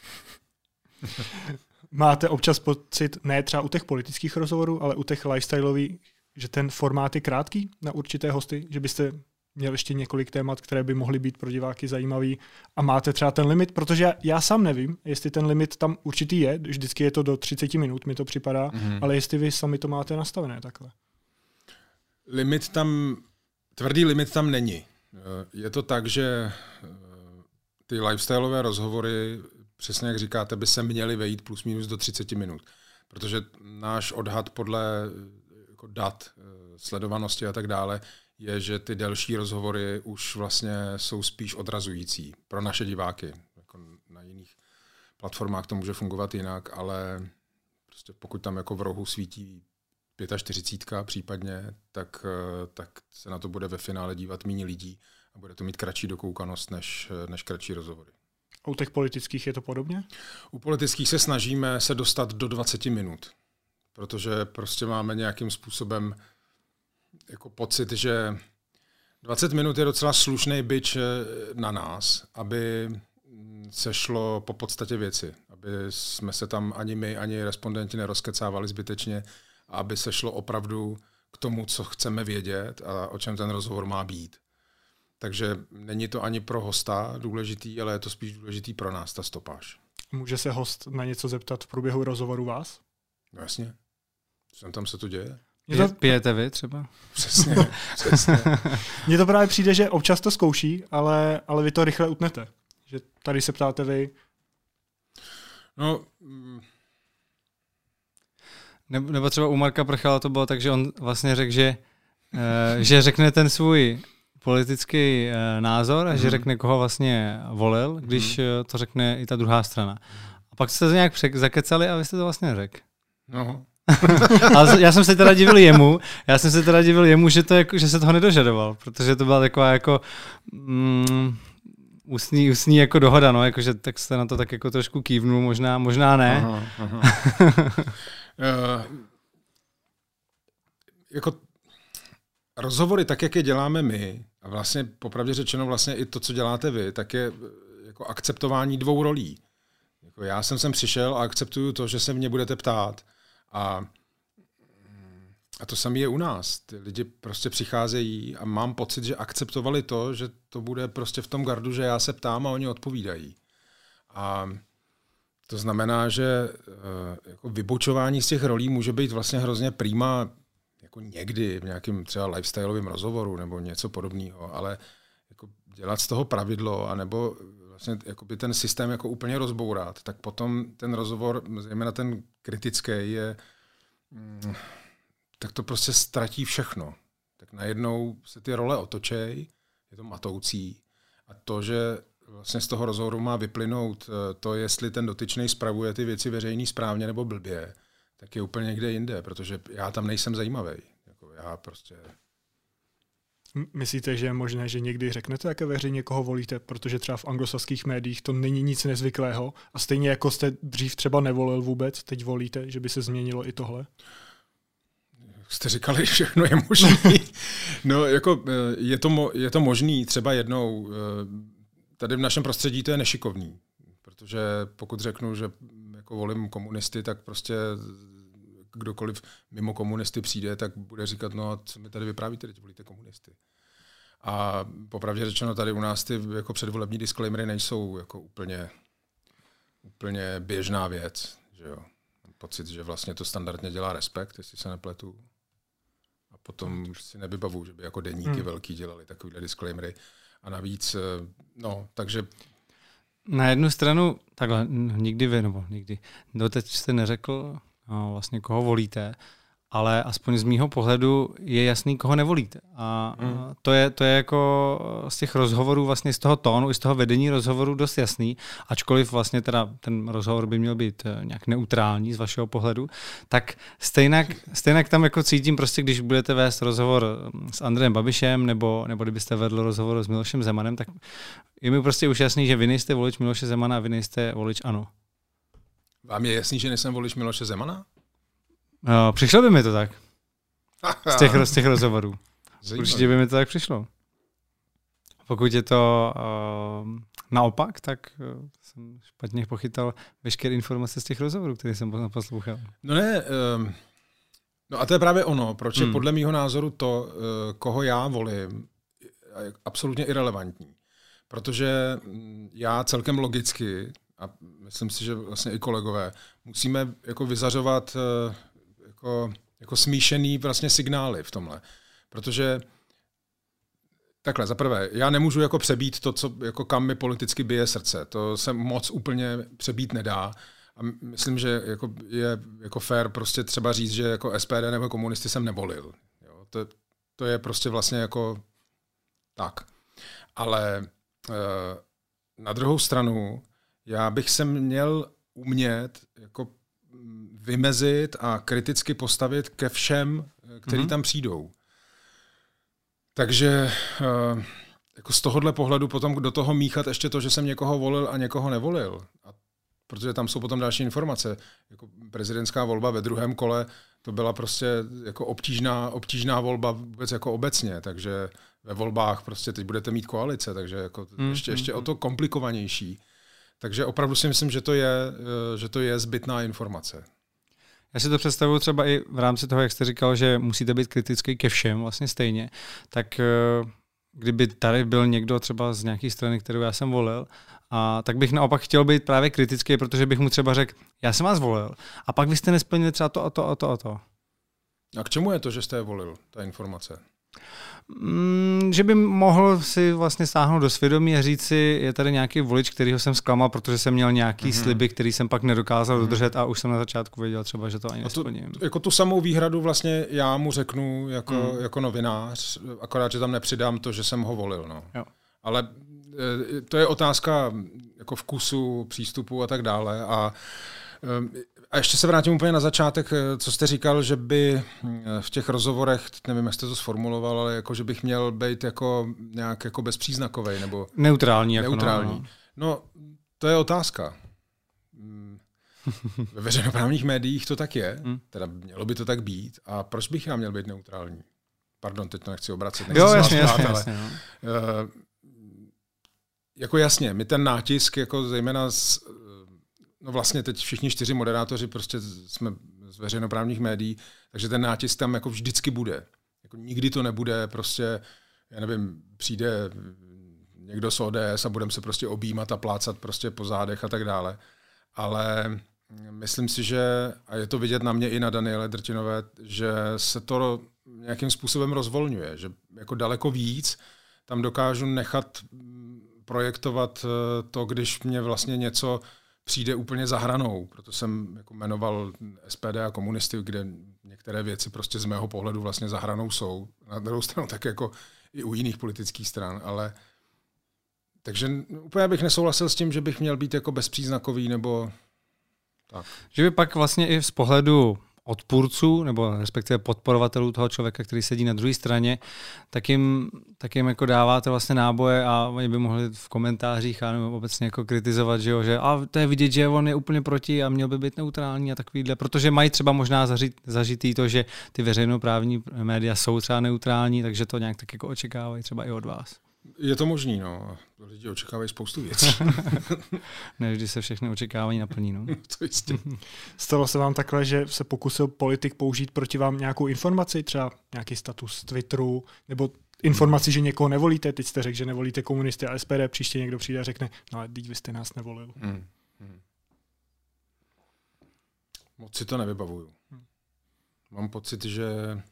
Máte občas pocit, ne třeba u těch politických rozhovorů, ale u těch lifestyleových, že ten formát je krátký na určité hosty, že byste měl ještě několik témat, které by mohly být pro diváky zajímavý a máte třeba ten limit, protože já, já sám nevím, jestli ten limit tam určitý je, vždycky je to do třicet minut, mi to připadá, mm-hmm. ale jestli vy sami to máte nastavené takhle. Limit tam, tvrdý limit tam není. Je to tak, že ty lifestyleové rozhovory, přesně jak říkáte, by se měly vejít plus minus do třicet minut, protože náš odhad podle jako dat, sledovanosti a tak dále je, že ty delší rozhovory už vlastně jsou spíš odrazující pro naše diváky. Jako na jiných platformách to může fungovat jinak, ale prostě pokud tam jako v rohu svítí čtyřicet pět případně, tak, tak se na to bude ve finále dívat méně lidí a bude to mít kratší dokoukanost než, než kratší rozhovory. A u těch politických je to podobně? U politických se snažíme se dostat do dvacet minut, protože prostě máme nějakým způsobem jako pocit, že dvacet minut je docela slušný bič na nás, aby se šlo po podstatě věci, aby jsme se tam ani my, ani respondenti nerozkecávali zbytečně, a aby se šlo opravdu k tomu, co chceme vědět a o čem ten rozhovor má být. Takže není to ani pro hosta důležitý, ale je to spíš důležitý pro nás, ta stopáž. může se host na něco zeptat v průběhu rozhovoru vás? No jasně. Co tam se to děje? To... Pijete vy třeba? Přesně, přesně. Mně to právě přijde, že občas to zkouší, ale, ale vy to rychle utnete. Že tady se ptáte vy. No... Mm. Nebo třeba u Marka Prchala to bylo tak, že on vlastně řekl, že, uh, že řekne ten svůj politický uh, názor a mm. že řekne, koho vlastně volil, když mm. uh, to řekne i ta druhá strana. A pak jste to nějak přek- zakecali a vy jste to vlastně neřekl. No. Ale já jsem se teda divil jemu, já jsem se teda divil jemu, že, to jako, že se toho nedožadoval, protože to byla taková jako mm, ústní, ústní jako dohoda, no, jakože tak jste na to tak jako trošku kývnul, možná, možná ne. Aha, aha. uh, jako rozhovory tak, jak je děláme my, a vlastně popravdě řečeno vlastně i to, co děláte vy, tak je jako akceptování dvou rolí. Jako já jsem sem přišel a akceptuju to, že se mě budete ptát. A, a to samé je u nás. Ty lidi prostě přicházejí a mám pocit, že akceptovali to, že to bude prostě v tom gardu, že já se ptám a oni odpovídají. A to znamená, že jako vybočování z těch rolí může být vlastně hrozně prima jako někdy v nějakém třeba lifestyleovém rozhovoru nebo něco podobného, ale jako dělat z toho pravidlo anebo vlastně jakoby ten systém jako úplně rozbourat, tak potom ten rozhovor, zejména ten kritický, je, mm, tak to prostě ztratí všechno. Tak najednou se ty role otočej, je to matoucí. A to, že vlastně z toho rozhovoru má vyplynout to, jestli ten dotyčný spravuje ty věci veřejný správně nebo blbě, tak je úplně někde jinde, protože já tam nejsem zajímavý. Jako já prostě... Myslíte, že je možné, že někdy řeknete také veřejně, koho volíte, protože třeba v anglosaských médiích to není nic nezvyklého a stejně jako jste dřív třeba nevolil vůbec, teď volíte, že by se změnilo i tohle? Jste říkali, všechno je možný. No, jako je to, mo- je to možný třeba jednou. Tady v našem prostředí to je nešikovný, protože pokud řeknu, že jako volím komunisty, tak prostě kdokoliv mimo komunisty přijde, tak bude říkat, no a co mi tady vyprávíte, teď volíte komunisty. A popravdě řečeno, tady u nás ty jako předvolební disclaimery nejsou jako úplně, úplně běžná věc. Že jo? Mám pocit, že vlastně to standardně dělá Respekt, jestli se nepletu. A potom si nevybavu, že by jako deníky hmm. velký dělali takovýhle disclaimery. A navíc, no, takže... Na jednu stranu, takhle, nikdy vy, nebo nikdy, doteď jste neřekl, no, vlastně koho volíte, ale aspoň z mýho pohledu je jasný, koho nevolíte. A mm. to, je, to je jako z těch rozhovorů, vlastně z toho tónu i z toho vedení rozhovoru dost jasný, ačkoliv vlastně teda ten rozhovor by měl být nějak neutrální z vašeho pohledu, tak stejnak, stejnak tam jako cítím prostě, když budete vést rozhovor s Andrejem Babišem nebo, nebo kdybyste vedl rozhovor s Milošem Zemanem, tak je mi prostě už jasný, že vy nejste volič Miloše Zemana a vy nejste volič ANO. Vám je jasný, že nejsem volič Miloše Zemana? No, přišlo by mi to tak. Z těch, z těch rozhovorů. Zajímavý. Určitě by mi to tak přišlo. Pokud je to uh, naopak, tak uh, jsem špatně pochytal veškeré informace z těch rozhovorů, které jsem poslouchal. No ne, um, no a to je právě ono, proč je hmm. podle mýho názoru to, uh, koho já volím, je absolutně irelevantní. Protože já celkem logicky, a myslím si, že vlastně i kolegové, musíme jako vyzařovat uh, jako, jako smíšený vlastně signály v tomhle. Protože takhle, za prvé, já nemůžu jako přebít to, co, jako kam mi politicky bije srdce. To se moc úplně přebít nedá. A myslím, že jako je jako fair prostě třeba říct, že jako S P D nebo komunisty jsem nevolil. Jo, to, to je prostě vlastně jako tak. Ale uh, na druhou stranu, já bych se měl umět jako vymezit a kriticky postavit ke všem, kteří mm-hmm. tam přijdou. Takže uh, jako z tohohle pohledu potom do toho míchat ještě to, že jsem někoho volil a někoho nevolil. A protože tam jsou potom další informace. Jako prezidentská volba ve druhém kole, to byla prostě jako obtížná, obtížná volba vůbec jako obecně, takže ve volbách prostě teď budete mít koalice, takže jako mm-hmm. ještě, ještě o to komplikovanější. Takže opravdu si myslím, že to je, že to je zbytná informace. Já si to představuju třeba i v rámci toho, jak jste říkal, že musíte být kritický ke všem vlastně stejně, tak kdyby tady byl někdo třeba z nějaké strany, kterou já jsem volil, a tak bych naopak chtěl být právě kritický, protože bych mu třeba řekl, já jsem vás volil, a pak vy jste nesplnili třeba to a to a to a to. A k čemu je to, že jste je volil, ta informace? Mm, že by mohl si vlastně stáhnout do svědomí a říct si, je tady nějaký volič, kterýho jsem zklamal, protože jsem měl nějaký mm-hmm. sliby, který jsem pak nedokázal mm-hmm. dodržet a už jsem na začátku věděl třeba, že to ani nesplním. Jako tu samou výhradu vlastně já mu řeknu jako, mm. jako novinář, akorát, že tam nepřidám to, že jsem ho volil. No. Jo. Ale to je otázka jako vkusu, přístupu a tak dále. A A ještě se vrátím úplně na začátek, co jste říkal, že by v těch rozhovorech, nevím, jak jste to sformuloval, ale jako, že bych měl být jako nějak jako bezpříznakovej, nebo neutrální. Jako neutrální. No. no, to je otázka. Ve veřejnoprávních médiích to tak je, hmm. teda mělo by to tak být. A proč bych já měl být neutrální? Pardon, teď to nechci obracet. Nechci jo, jasně, jasně, ale, jasně. No. Uh, jako jasně, my ten nátisk, jako zejména z, no vlastně teď všichni čtyři moderátoři prostě jsme z veřejnoprávních médií, takže ten nátisk tam jako vždycky bude. Jako nikdy to nebude prostě, já nevím, přijde někdo z O D S a budeme se prostě objímat a plácat prostě po zádech a tak dále. Ale myslím si, že, a je to vidět na mě i na Daniele Drtinové, že se to nějakým způsobem rozvolňuje, že jako daleko víc tam dokážu nechat projektovat to, když mě vlastně něco přijde úplně za hranou. Proto jsem jako jmenoval S P D a komunisty, kde některé věci prostě z mého pohledu vlastně za hranou jsou. Na druhou stranu tak jako i u jiných politických stran, ale takže úplně bych nesouhlasil s tím, že bych měl být jako bezpříznakový nebo tak. Že by pak vlastně i z pohledu odpůrců, nebo respektive podporovatelů toho člověka, který sedí na druhé straně, tak jim, tak jim jako dáváte vlastně náboje a oni by mohli v komentářích a nebo obecně jako kritizovat, že, jo, že a to je vidět, že on je úplně proti a měl by být neutrální a takovýhle, protože mají třeba možná zažít, zažitý to, že ty veřejnoprávní média jsou třeba neutrální, takže to nějak tak jako očekávají třeba i od vás. Je to možný, no. Lidi očekávají spoustu věcí. Ne, vždy se všechny očekávání naplní, no. To jistě. Stalo se vám takhle, že se pokusil politik použít proti vám nějakou informaci, třeba nějaký status Twitteru, nebo informaci, že někoho nevolíte, teď jste řekl, že nevolíte komunisty a S P D, příště někdo přijde a řekne, no ale teď vy jste nás nevolil. Hmm. Hmm. Moc si to nevybavuju. Hmm. Mám pocit, že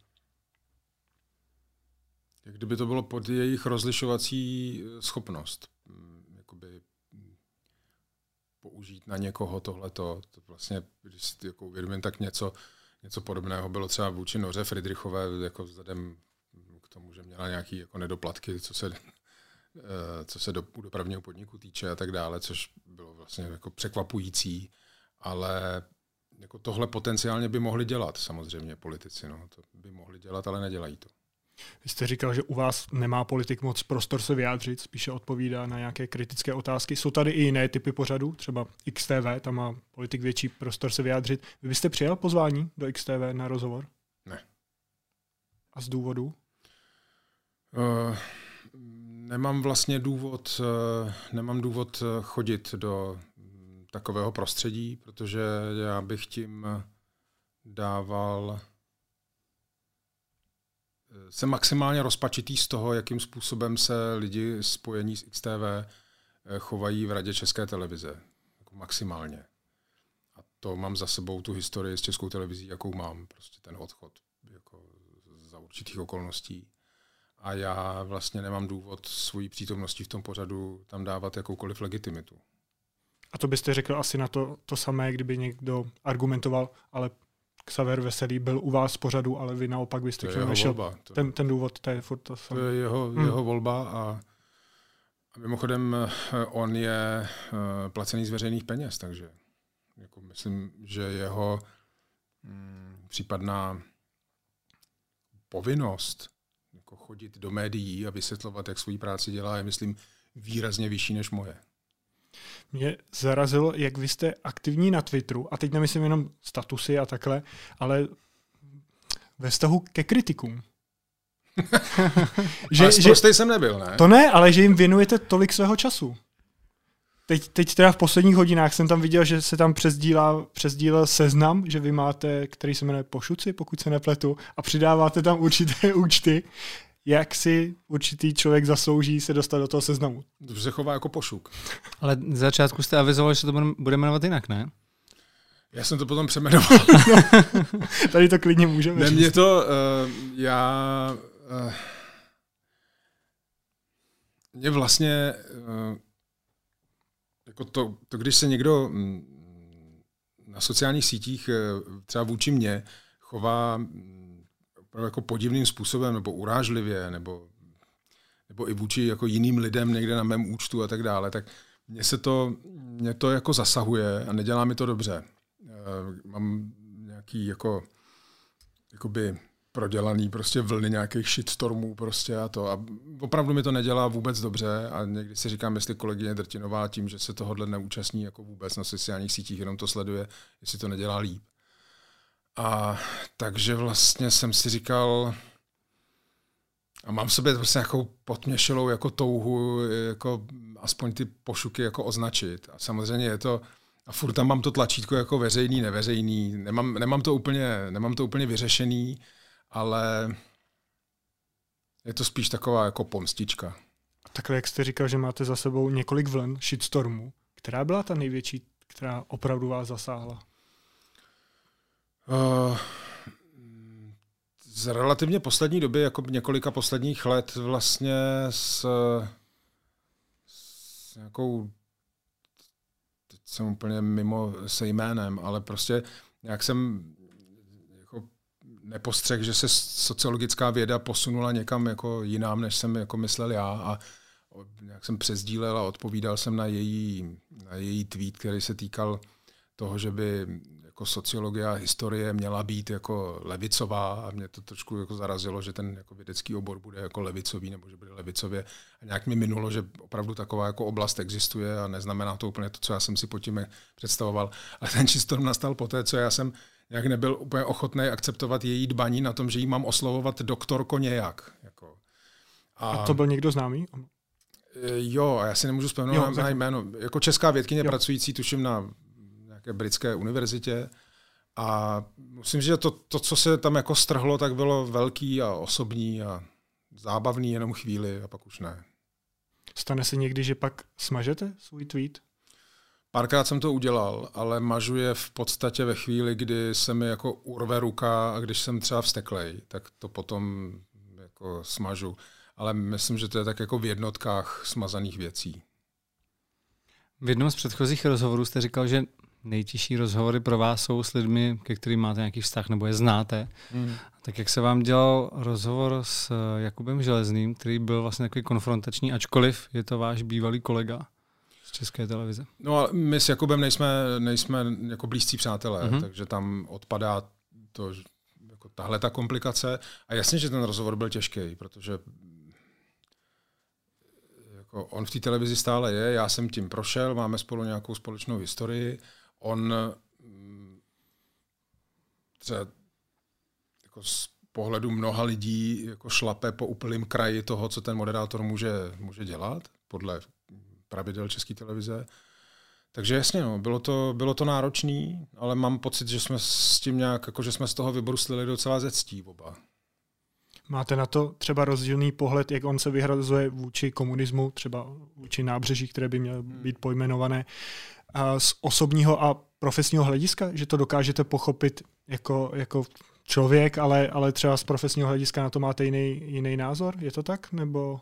jak kdyby to bylo pod jejich rozlišovací schopnost. Jakoby použít na někoho tohleto. To vlastně, když si jako uvědomím, tak něco, něco podobného bylo třeba vůči Noře Friedrichové, jako vzhledem k tomu, že měla nějaké jako nedoplatky, co se, co se do dopravního podniku týče a tak dále, což bylo vlastně jako překvapující, ale jako tohle potenciálně by mohli dělat samozřejmě politici. No. To by mohli dělat, ale nedělají to. Vy jste říkal, že u vás nemá politik moc prostor se vyjádřit, spíše odpovídá na nějaké kritické otázky. Jsou tady i jiné typy pořadů, třeba X T V, tam má politik větší prostor se vyjádřit. Vy byste přijal pozvání do X T V na rozhovor? Ne. A z důvodu? Uh, nemám vlastně důvod, uh, nemám důvod chodit do takového prostředí, protože já bych tím dával... Jsem maximálně rozpačitý z toho, jakým způsobem se lidi spojení s X T V chovají v Radě České televize. Jako maximálně. A to mám za sebou tu historii s Českou televizí, jakou mám. Prostě ten odchod jako za určitých okolností. A já vlastně nemám důvod svojí přítomností v tom pořadu tam dávat jakoukoliv legitimitu. A to byste řekl asi na to, to samé, kdyby někdo argumentoval, ale Xaver Veselý byl u vás z pořadu, ale vy naopak byste k němu nešel. To ten, ten důvod, to je furt to samé. To je jeho, hmm. jeho volba a, a mimochodem on je placený z veřejných peněz, takže jako myslím, že jeho hm, případná povinnost jako chodit do médií a vysvětlovat, jak svou práci dělá, je myslím výrazně vyšší než moje. Mě zarazilo, jak vy jste aktivní na Twitteru, a teď nemyslím jenom statusy a takhle, ale ve vztahu ke kritikům. že, ale sprostej jsem nebyl, ne? To ne, ale že jim věnujete tolik svého času. Teď, teď teda v posledních hodinách jsem tam viděl, že se tam přesdílá, přesdílel seznam, že vy máte, který se jmenuje Pošuci, pokud se nepletu, a přidáváte tam určité účty. jak si určitý člověk zaslouží se dostat do toho seznamu. To se chová jako pošuk. Ale z začátku jste avizovali, že se to bude jmenovat jinak, ne? Já jsem to potom přemenoval. Tady to klidně můžeme ne, říct. mě to, uh, já... Uh, mě vlastně... Uh, jako to, to, když se někdo na sociálních sítích třeba vůči mně chová jako podivným způsobem, nebo urážlivě, nebo, nebo i vůči jako jiným lidem někde na mém účtu a tak dále, tak mě se to, mě to jako zasahuje a nedělá mi to dobře. Mám nějaký jako jakoby prodělaný prostě vlny nějakých shitstormů prostě a to. A opravdu mi to nedělá vůbec dobře a někdy si říkám, jestli kolegyně Drtinová tím, že se tohohle neúčastní jako vůbec na sociálních sítích, jenom to sleduje, jestli to nedělá líp. A takže vlastně jsem si říkal, a mám v sobě prostě nějakou podměšelou jako touhu, jako aspoň ty pošuky jako označit. A samozřejmě je to, a furt tam mám to tlačítko jako veřejný, neveřejný, nemám, nemám, to úplně, nemám to úplně vyřešený, ale je to spíš taková jako pomstička. A takhle, jak jste říkal, že máte za sebou několik vln shitstormů, která byla ta největší, která opravdu vás zasáhla? Uh, z relativně poslední doby, jako několika posledních let vlastně s, s nějakou, teď jsem úplně mimo se jménem, ale prostě nějak jsem jako nepostřeh, že se sociologická věda posunula někam jako jinam, než jsem jako myslel já a nějak jsem přesdílel a odpovídal jsem na její, na její tweet, který se týkal toho, že by jako sociologie a historie měla být jako levicová a mě to trošku jako zarazilo, že ten jako vědecký obor bude jako levicový nebo že bude levicově. A nějak mi minulo, že opravdu taková jako oblast existuje a neznamená to úplně to, co já jsem si pod tím představoval. Ale ten shitstorm nastal poté, co já jsem nějak nebyl úplně ochotný akceptovat její dbaní na tom, že jí mám oslovovat doktorko nějak. Jako. A, a to byl někdo známý? Jo, a já si nemůžu vzpomenout na jméno. Jako česká vědkyně jo. pracující, tuším na nějaké britské univerzitě. A musím říct, že to, to, co se tam jako strhlo, tak bylo velký a osobní a zábavný jenom chvíli a pak už ne. Stane se někdy, že pak smažete svůj tweet? Párkrát jsem to udělal, ale mažu je v podstatě ve chvíli, kdy se mi jako urve ruka a když jsem třeba vzteklej, tak to potom jako smažu. Ale myslím, že to je tak jako v jednotkách smazaných věcí. V jednom z předchozích rozhovorů jste říkal, že nejtěžší rozhovory pro vás jsou s lidmi, ke kterým máte nějaký vztah nebo je znáte. Hmm. Tak jak se vám dělal rozhovor s Jakubem Železným, který byl vlastně takový konfrontační, ačkoliv je to váš bývalý kolega z České televize? No a my s Jakubem nejsme, nejsme jako blízcí přátelé, hmm. takže tam odpadá to, jako tahle ta komplikace. A jasně, že ten rozhovor byl těžký, protože jako on v té televizi stále je, já jsem tím prošel, máme spolu nějakou společnou historii. On třeba jako z pohledu mnoha lidí jako šlape po úplném kraji toho, co ten moderátor může, může dělat, podle pravidel České televize. Takže jasně, no, bylo to, bylo to náročný, ale mám pocit, že jsme s tím nějak, jako že jsme z toho vybruslili docela ze ctí oba. Máte na to třeba rozdílný pohled, jak on se vyhrazuje vůči komunismu, třeba vůči Nábřeží, které by měly být pojmenované, a z osobního a profesního hlediska, že to dokážete pochopit jako, jako člověk, ale, ale třeba z profesního hlediska na to máte jiný, jiný názor? Je to tak? Nebo...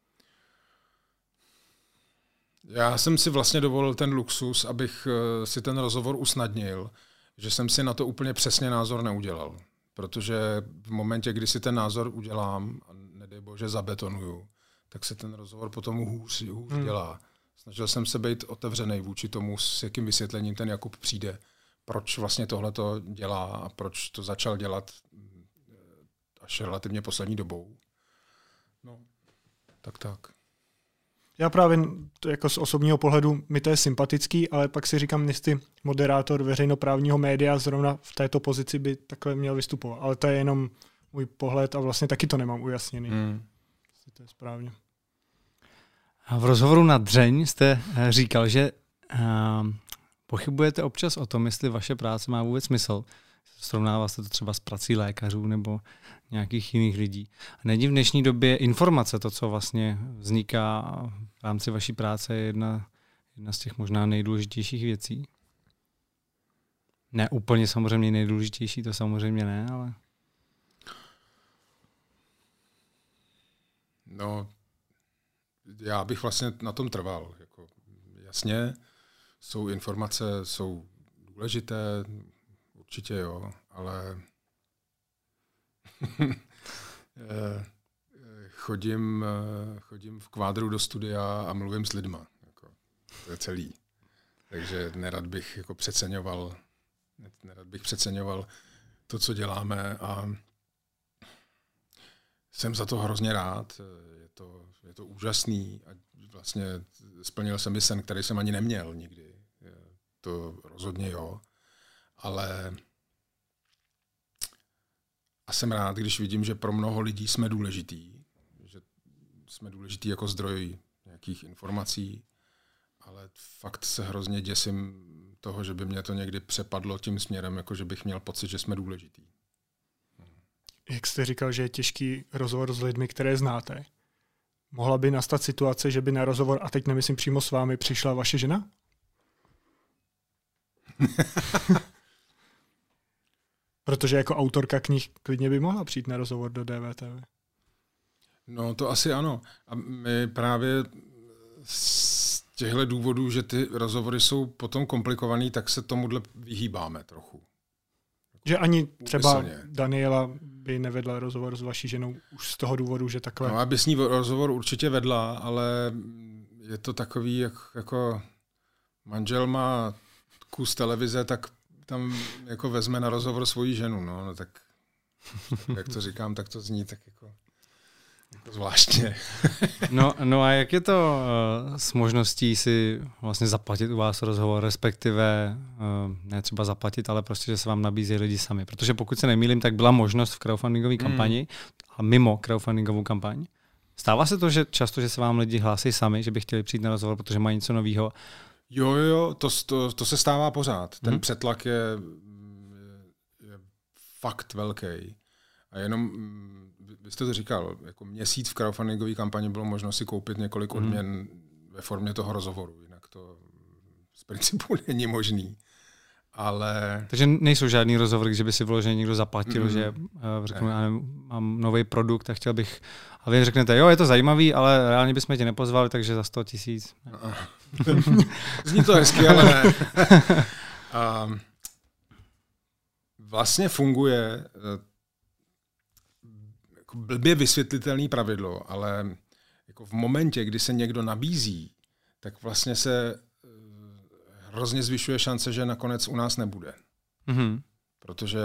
Já jsem si vlastně dovolil ten luxus, abych si ten rozhovor usnadnil, že jsem si na to úplně přesně názor neudělal. Protože v momentě, kdy si ten názor udělám a nedej bože zabetonuju, tak se ten rozhovor potom hůř, hůř hmm. dělá. Snažil jsem se být otevřený vůči tomu, s jakým vysvětlením ten Jakub přijde, proč vlastně tohle to dělá a proč to začal dělat až relativně poslední dobou. No, tak tak. Já právě jako z osobního pohledu mi to je sympatický, ale pak si říkám, jestli moderátor veřejnoprávního média zrovna v této pozici by takhle měl vystupovat. Ale to je jenom můj pohled a vlastně taky to nemám ujasněný. Hmm. To je správně. V rozhovoru na Dřeň jste říkal, že uh, pochybujete občas o tom, jestli vaše práce má vůbec smysl, Srovnává se to třeba s prací lékařů nebo nějakých jiných lidí. A není v dnešní době informace, to, co vlastně vzniká v rámci vaší práce, je jedna, jedna z těch možná nejdůležitějších věcí. Ne úplně samozřejmě nejdůležitější, to samozřejmě ne, ale... No, já bych vlastně na tom trval. Jako, jasně, jsou informace, jsou důležité, určitě jo, ale chodím, chodím v kvádru do studia a mluvím s lidma. Jako, to je celý. Takže nerad bych jako přeceňoval, nerad bych přeceňoval to, co děláme, a jsem za to hrozně rád. Je to, je to úžasný a vlastně splnil jsem mi sen, který jsem ani neměl nikdy. To rozhodně jo. Ale a jsem rád, když vidím, že pro mnoho lidí jsme důležitý, že jsme důležitý jako zdroj nějakých informací, ale fakt se hrozně děsím toho, že by mě to někdy přepadlo tím směrem, jako že bych měl pocit, že jsme důležitý. Jak jste říkal, že je těžký rozhovor s lidmi, které znáte, mohla by nastat situace, že by na rozhovor, a teď nemyslím přímo s vámi, přišla vaše žena? Protože jako autorka knih klidně by mohla přijít na rozhovor do D V T V. No to asi ano. A my právě z těchto důvodů, že ty rozhovory jsou potom komplikovaný, tak se tomuhle vyhýbáme trochu. Že ani třeba Úmyslně. Daniela by nevedla rozhovor s vaší ženou už z toho důvodu, že takhle... No, aby s ní rozhovor určitě vedla, ale je to takový, jak, jako manžel má kus televize, tak tam jako vezme na rozhovor svoji ženu. No, no tak, jak to říkám, tak to zní tak jako, jako zvláštně. No, no a jak je to uh, s možností si vlastně zaplatit u vás rozhovor, respektive uh, ne třeba zaplatit, ale prostě, že se vám nabízí lidi sami. Protože pokud se nemýlím, tak byla možnost v crowdfundingové kampani, mm. a mimo crowdfundingovou kampaň. Stává se to, že často, že se vám lidi hlásí sami, že by chtěli přijít na rozhovor, protože mají něco nového. Jo, jo, to, to, to se stává pořád. Ten mm. přetlak je, je, je fakt velký. A jenom, vy jste to říkal, jako měsíc v crowdfundingové kampani bylo možno si koupit několik mm. odměn ve formě toho rozhovoru, jinak to z principu není možný. Ale... Takže nejsou žádný rozhovory, že by si vyloženě někdo zaplatil, mm. že uh, řeknu, já mám nový produkt a chtěl bych, a vy řeknete, jo, je to zajímavý, ale reálně bychom tě nepozvali, takže za sto tisíc. Zní to hezky, ale ne. A vlastně funguje jako blbě vysvětlitelný pravidlo, ale jako v momentě, kdy se někdo nabízí, tak vlastně se hrozně zvyšuje šance, že nakonec u nás nebude. Mm-hmm. Protože,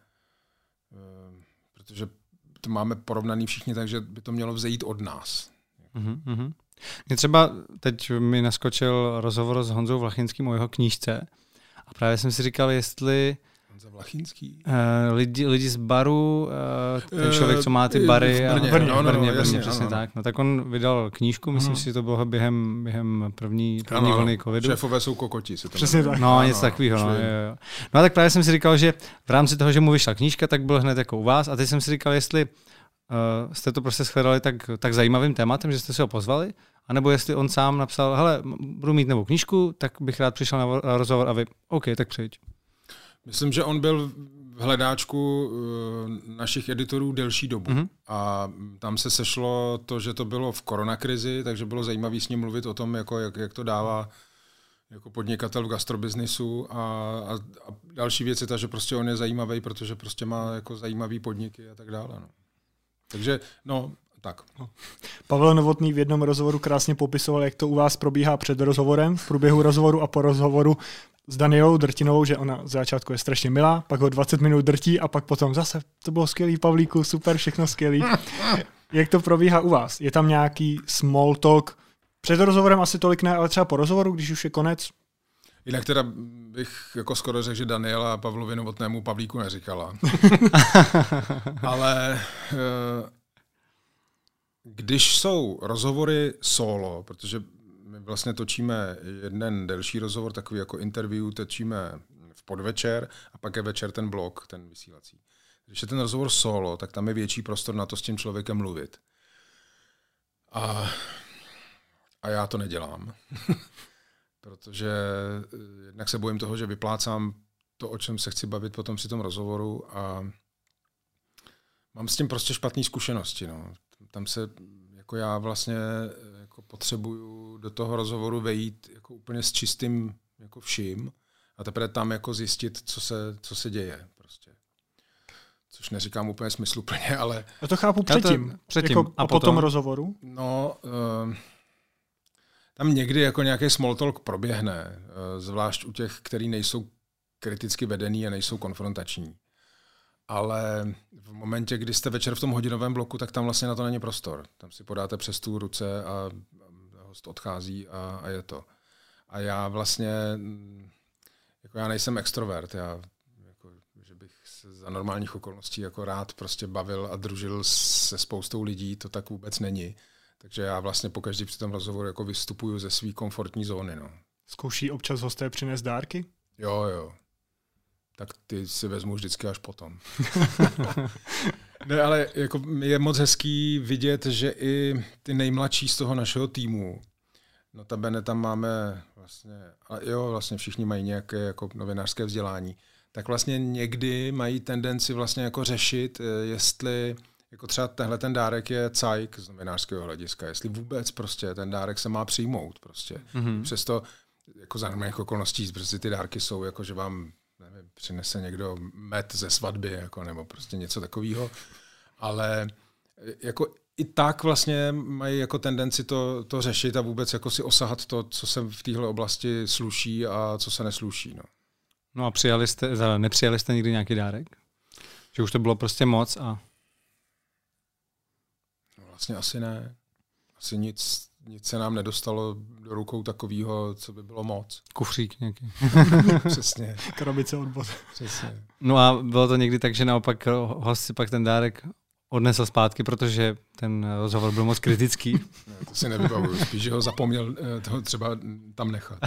protože to máme porovnaný všichni, takže by to mělo vzejít od nás. Mm-hmm. Mě třeba teď mi naskočil rozhovor s Honzou Vlachinským o jeho knížce a právě jsem si říkal, jestli Honza Vlachinský? Uh, lidi, lidi z baru, uh, ten člověk, co má ty bary. V Brně, a, Brně, no, no, Brně, no, jasně, přesně ano. tak. No, tak on vydal knížku, myslím si, že to bylo během, během první, první ano, vlny covidu. Šéfové jsou kokoti. Se to Přesně tak. No, něco takového. No, jo, jo. No a tak právě jsem si říkal, že v rámci toho, že mu vyšla knížka, tak byl hned jako u vás a teď jsem si říkal, jestli uh, jste to prostě shledali tak, tak zajímavým tématem, že jste si ho pozvali, anebo jestli on sám napsal, hele, budu mít novou knížku, tak bych rád přišel na rozhovor a vy, OK, tak přijď. Myslím, že on byl v hledáčku našich editorů delší dobu. Mm-hmm. A tam se sešlo to, že to bylo v koronakrizi, takže bylo zajímavé s ním mluvit o tom, jako, jak, jak to dává jako podnikatel v gastrobiznisu. A, a, a další věc je ta, že prostě on je zajímavý, protože prostě má jako zajímavý podniky a tak dále. No. Takže, no, tak. Pavel Novotný v jednom rozhovoru krásně popisoval, jak to u vás probíhá před rozhovorem, v průběhu rozhovoru a po rozhovoru s Danielou Drtinovou, že ona z začátku je strašně milá, pak ho dvacet minut drtí a pak potom zase to bylo skvělý, Pavlíku, super, všechno skvělý. Jak to probíhá u vás? Je tam nějaký small talk? Před rozhovorem asi tolik ne, ale třeba po rozhovoru, když už je konec? Jinak teda bych jako skoro řekl, že Daniela Pavlovi Novotnému Pavlíku neříkala. Ale když jsou rozhovory solo, protože my vlastně točíme jeden delší rozhovor, takový jako interview, točíme v podvečer a pak je večer ten blok, ten vysílací. Když je ten rozhovor solo, tak tam je větší prostor na to s tím člověkem mluvit. A, a já to nedělám. Protože jednak se bojím toho, že vyplácám to, o čem se chci bavit potom při tom rozhovoru a mám s tím prostě špatné zkušenosti. No. Tam se, jako já vlastně jako potřebuju do toho rozhovoru vejít jako úplně s čistým jako vším a teprve tam jako zjistit, co se, co se děje. Prostě. Což neříkám úplně smysluplně, ale... Já to chápu předtím. To, předtím. Jako a po tom rozhovoru? No, uh, tam někdy jako nějaký small talk proběhne, uh, zvlášť u těch, který nejsou kriticky vedený a nejsou konfrontační. Ale v momentě, kdy jste večer v tom hodinovém bloku, tak tam vlastně na to není prostor. Tam si podáte přes stůl ruce a host odchází a, a je to. A já vlastně, jako já nejsem extrovert, já jako, že bych se za normálních okolností jako rád prostě bavil a družil se spoustou lidí, to tak vůbec není. Takže já vlastně pokaždý při tom rozhovoru jako vystupuju ze své komfortní zóny. No. Zkouší občas hosté přinést dárky? Jo, jo. Tak ty si vezmu vždycky až potom. Ne, ale jako je moc hezký vidět, že i ty nejmladší z toho našeho týmu, notabene tam máme vlastně, ale jo, vlastně všichni mají nějaké jako novinářské vzdělání, tak vlastně někdy mají tendenci vlastně jako řešit, jestli jako třeba tenhle ten dárek je cajk z novinářského hlediska, jestli vůbec prostě ten dárek se má přijmout prostě. Mm-hmm. Přesto jako za normálních okolností prostě ty dárky jsou jako, že vám nevím, přinese někdo med ze svatby jako, nebo prostě něco takového, ale jako i tak vlastně mají jako tendenci to, to řešit a vůbec jako si osahat to, co se v téhle oblasti sluší a co se nesluší. No, no a přijali jste, nepřijali jste nikdy nějaký dárek? Že už to bylo prostě moc a... No vlastně asi ne. Asi nic, nic se nám nedostalo do rukou takového, co by bylo moc. Kufřík nějaký. Přesně. Krabice od bod. Přesně. No a bylo to někdy tak, že naopak host si pak ten dárek odnesl zpátky, protože ten rozhovor byl moc kritický? Ne, to si nevybavuju. Spíš, že ho zapomněl toho třeba tam nechat.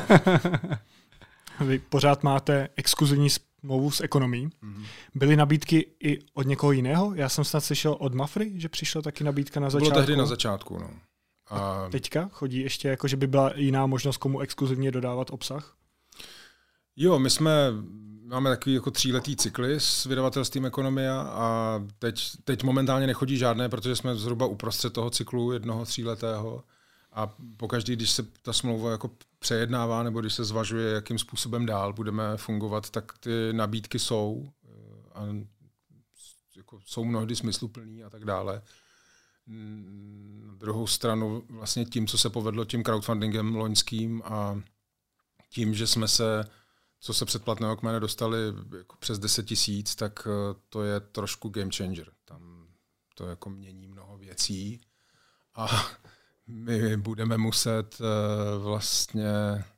Vy pořád máte exkluzivní smlouvu s Ekonomií. Mm-hmm. Byly nabídky i od někoho jiného? Já jsem snad slyšel od Mafry, že přišla taky nabídka na začátku. Bylo tehdy na začátku, no. A teďka chodí ještě, jako že by byla jiná možnost komu exkluzivně dodávat obsah? Jo, my jsme, máme takový jako tříletý cykly s vydavatelstvím Ekonomia a teď, teď momentálně nechodí žádné, protože jsme zhruba uprostřed toho cyklu jednoho tříletého a pokaždý, když se ta smlouva jako přejednává nebo když se zvažuje, jakým způsobem dál budeme fungovat, tak ty nabídky jsou a jako jsou mnohdy smysluplný a tak dále. Na druhou stranu vlastně tím, co se povedlo tím crowdfundingem loňským a tím, že jsme se, co se předplatného kmene dostali jako přes deset tisíc, tak to je trošku game changer. Tam to jako mění mnoho věcí a my budeme muset vlastně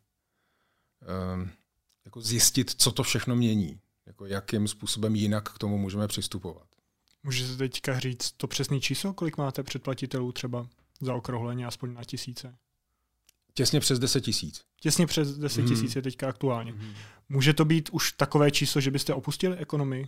jako zjistit, co to všechno mění. Jako jakým způsobem jinak k tomu můžeme přistupovat. Můžete teďka říct to přesné číslo, kolik máte předplatitelů třeba zaokrouhleně aspoň na tisíce? Těsně přes deset tisíc. Těsně přes deset tisíc mm. je teďka aktuálně. Mm. Může to být už takové číslo, že byste opustili Ekonomii?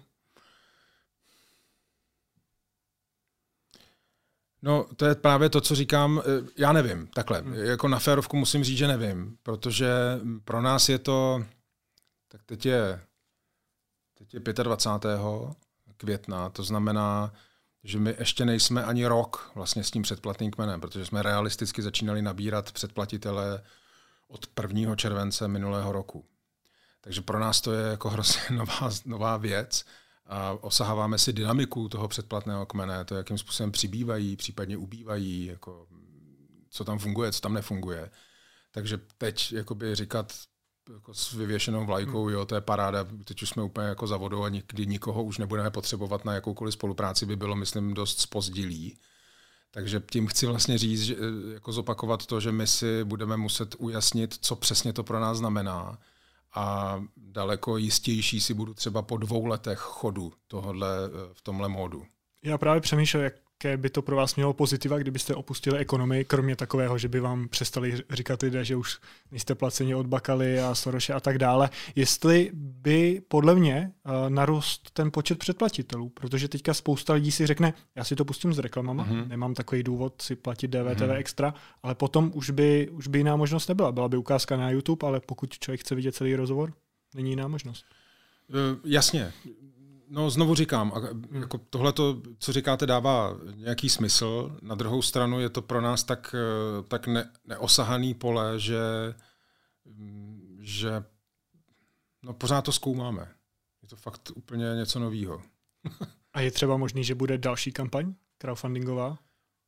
No, to je právě to, co říkám. Já nevím, takhle. Mm. Jako na férovku musím říct, že nevím, protože pro nás je to, tak teď je, teď je dvacátého pátého května, to znamená, že my ještě nejsme ani rok vlastně s tím předplatným kmenem, protože jsme realisticky začínali nabírat předplatitele od prvního července minulého roku. Takže pro nás to je jako hrozně nová, nová věc a osaháváme si dynamiku toho předplatného kmene, to, jakým způsobem přibývají, případně ubývají, jako, co tam funguje, co tam nefunguje. Takže teď jakoby říkat jako s vyvěšenou vlajkou, jo, to je paráda, teď už jsme úplně jako za vodou a nikdy nikoho už nebudeme potřebovat na jakoukoliv spolupráci, by bylo, myslím, dost zpozdilý. Takže tím chci vlastně říct, že, jako zopakovat to, že my si budeme muset ujasnit, co přesně to pro nás znamená a daleko jistější si budu třeba po dvou letech chodu tohodle, v tomhle módu. Já právě přemýšlel, jak jaké by to pro vás mělo pozitiva, kdybyste opustili ekonomii, kromě takového, že by vám přestali říkat lidé, že už nejste placeni od Bakaly a Sorose a tak dále. Jestli by podle mě uh, narost ten počet předplatitelů, protože teďka spousta lidí si řekne, já si to pustím s reklamama, mm-hmm. nemám takový důvod si platit D V T V mm-hmm. extra, ale potom už by, už by jiná možnost nebyla. Byla by ukázka na YouTube, ale pokud člověk chce vidět celý rozhovor, není jiná možnost. Uh, jasně. No znovu říkám, jako tohleto, co říkáte, dává nějaký smysl. Na druhou stranu je to pro nás tak, tak ne, neosahaný pole, že, že no, pořád to zkoumáme. Je to fakt úplně něco novýho. A je třeba možný, že bude další kampaň crowdfundingová?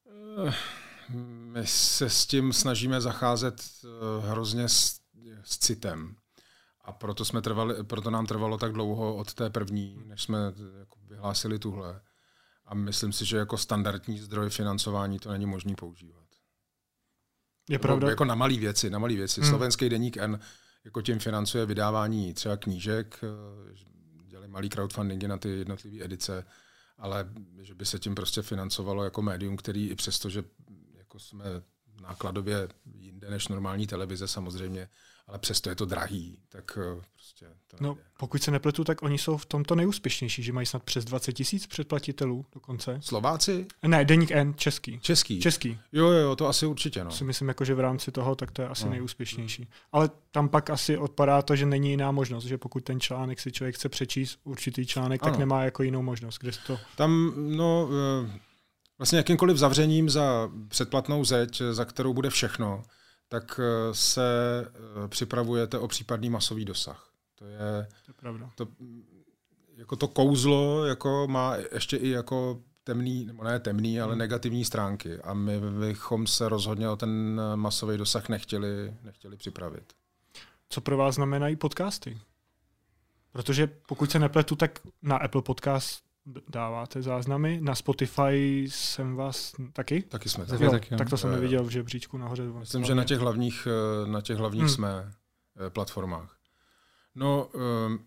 My se s tím snažíme zacházet hrozně s, s citem. A proto, jsme trvali, proto nám trvalo tak dlouho od té první, než jsme jako vyhlásili tuhle. A myslím si, že jako standardní zdroj financování to není možné používat. Je pravda. Jako na malé věci, na malé věci. Hmm. Slovenský deník N jako tím financuje vydávání třeba knížek, dělají malý crowdfundingy na ty jednotlivé edice, ale že by se tím prostě financovalo jako médium, který i přesto, že jako jsme nákladově jinde než normální televize samozřejmě, ale přesto je to drahý, tak prostě to no, pokud se nepletu, tak oni jsou v tomto nejúspěšnější, že mají snad přes dvacet tisíc předplatitelů dokonce. Slováci? Ne, deník N, český. Český? Český. Jo, jo, to asi určitě, no. Si myslím, jako, že v rámci toho, tak to je asi no. nejúspěšnější. Ale tam pak asi odpadá to, že není jiná možnost, že pokud ten článek si člověk chce přečíst, určitý článek, ano. tak nemá jako jinou možnost. Kde to... Tam, no, vlastně jakýmkoliv zavřením za předplatnou zeď, za kterou bude všechno, tak se připravujete o případný masový dosah. To je, to je pravda. To, jako to kouzlo jako má ještě i jako temný, nebo ne temný, ale hmm. negativní stránky. A my bychom se rozhodně o ten masový dosah nechtěli, nechtěli připravit. Co pro vás znamenají podcasty? Protože pokud se nepletu, tak na Apple Podcast dáváte záznamy, na Spotify jsem vás taky? Taky jsme taky. Jo, taky tak to jsem je viděl v žebříčku nahoře. Myslím, hlavně. Že na těch hlavních, na těch hlavních hmm. jsme platformách. No, um,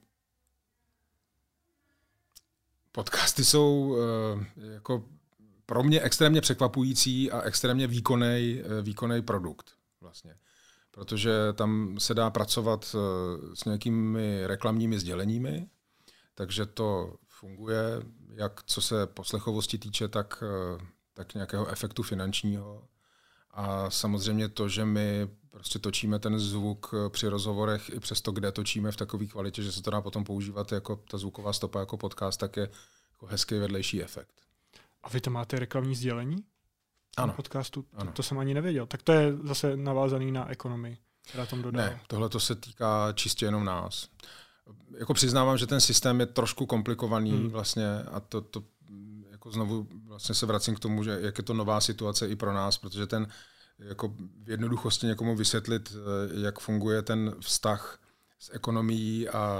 podcasty jsou uh, jako pro mě extrémně překvapující a extrémně výkonný, výkonný produkt vlastně. Protože tam se dá pracovat uh, s nějakými reklamními sděleními, takže to funguje, jak co se poslechovosti týče, tak, tak nějakého efektu finančního. A samozřejmě to, že my prostě točíme ten zvuk při rozhovorech i přesto, kde točíme v takové kvalitě, že se to dá potom používat jako ta zvuková stopa jako podcast, tak je jako hezký vedlejší efekt. A vy to máte reklamní sdělení? Ano. Podcastu? Ano. To, to jsem ani nevěděl. Tak to je zase navázaný na ekonomii, která tom dodává. Ne, tohle to se týká čistě jenom nás. Jako přiznávám, že ten systém je trošku komplikovaný hmm. vlastně a to, to jako znovu vlastně se vracím k tomu, že jak je to nová situace i pro nás, protože ten jako v jednoduchosti někomu vysvětlit, jak funguje ten vztah s ekonomií a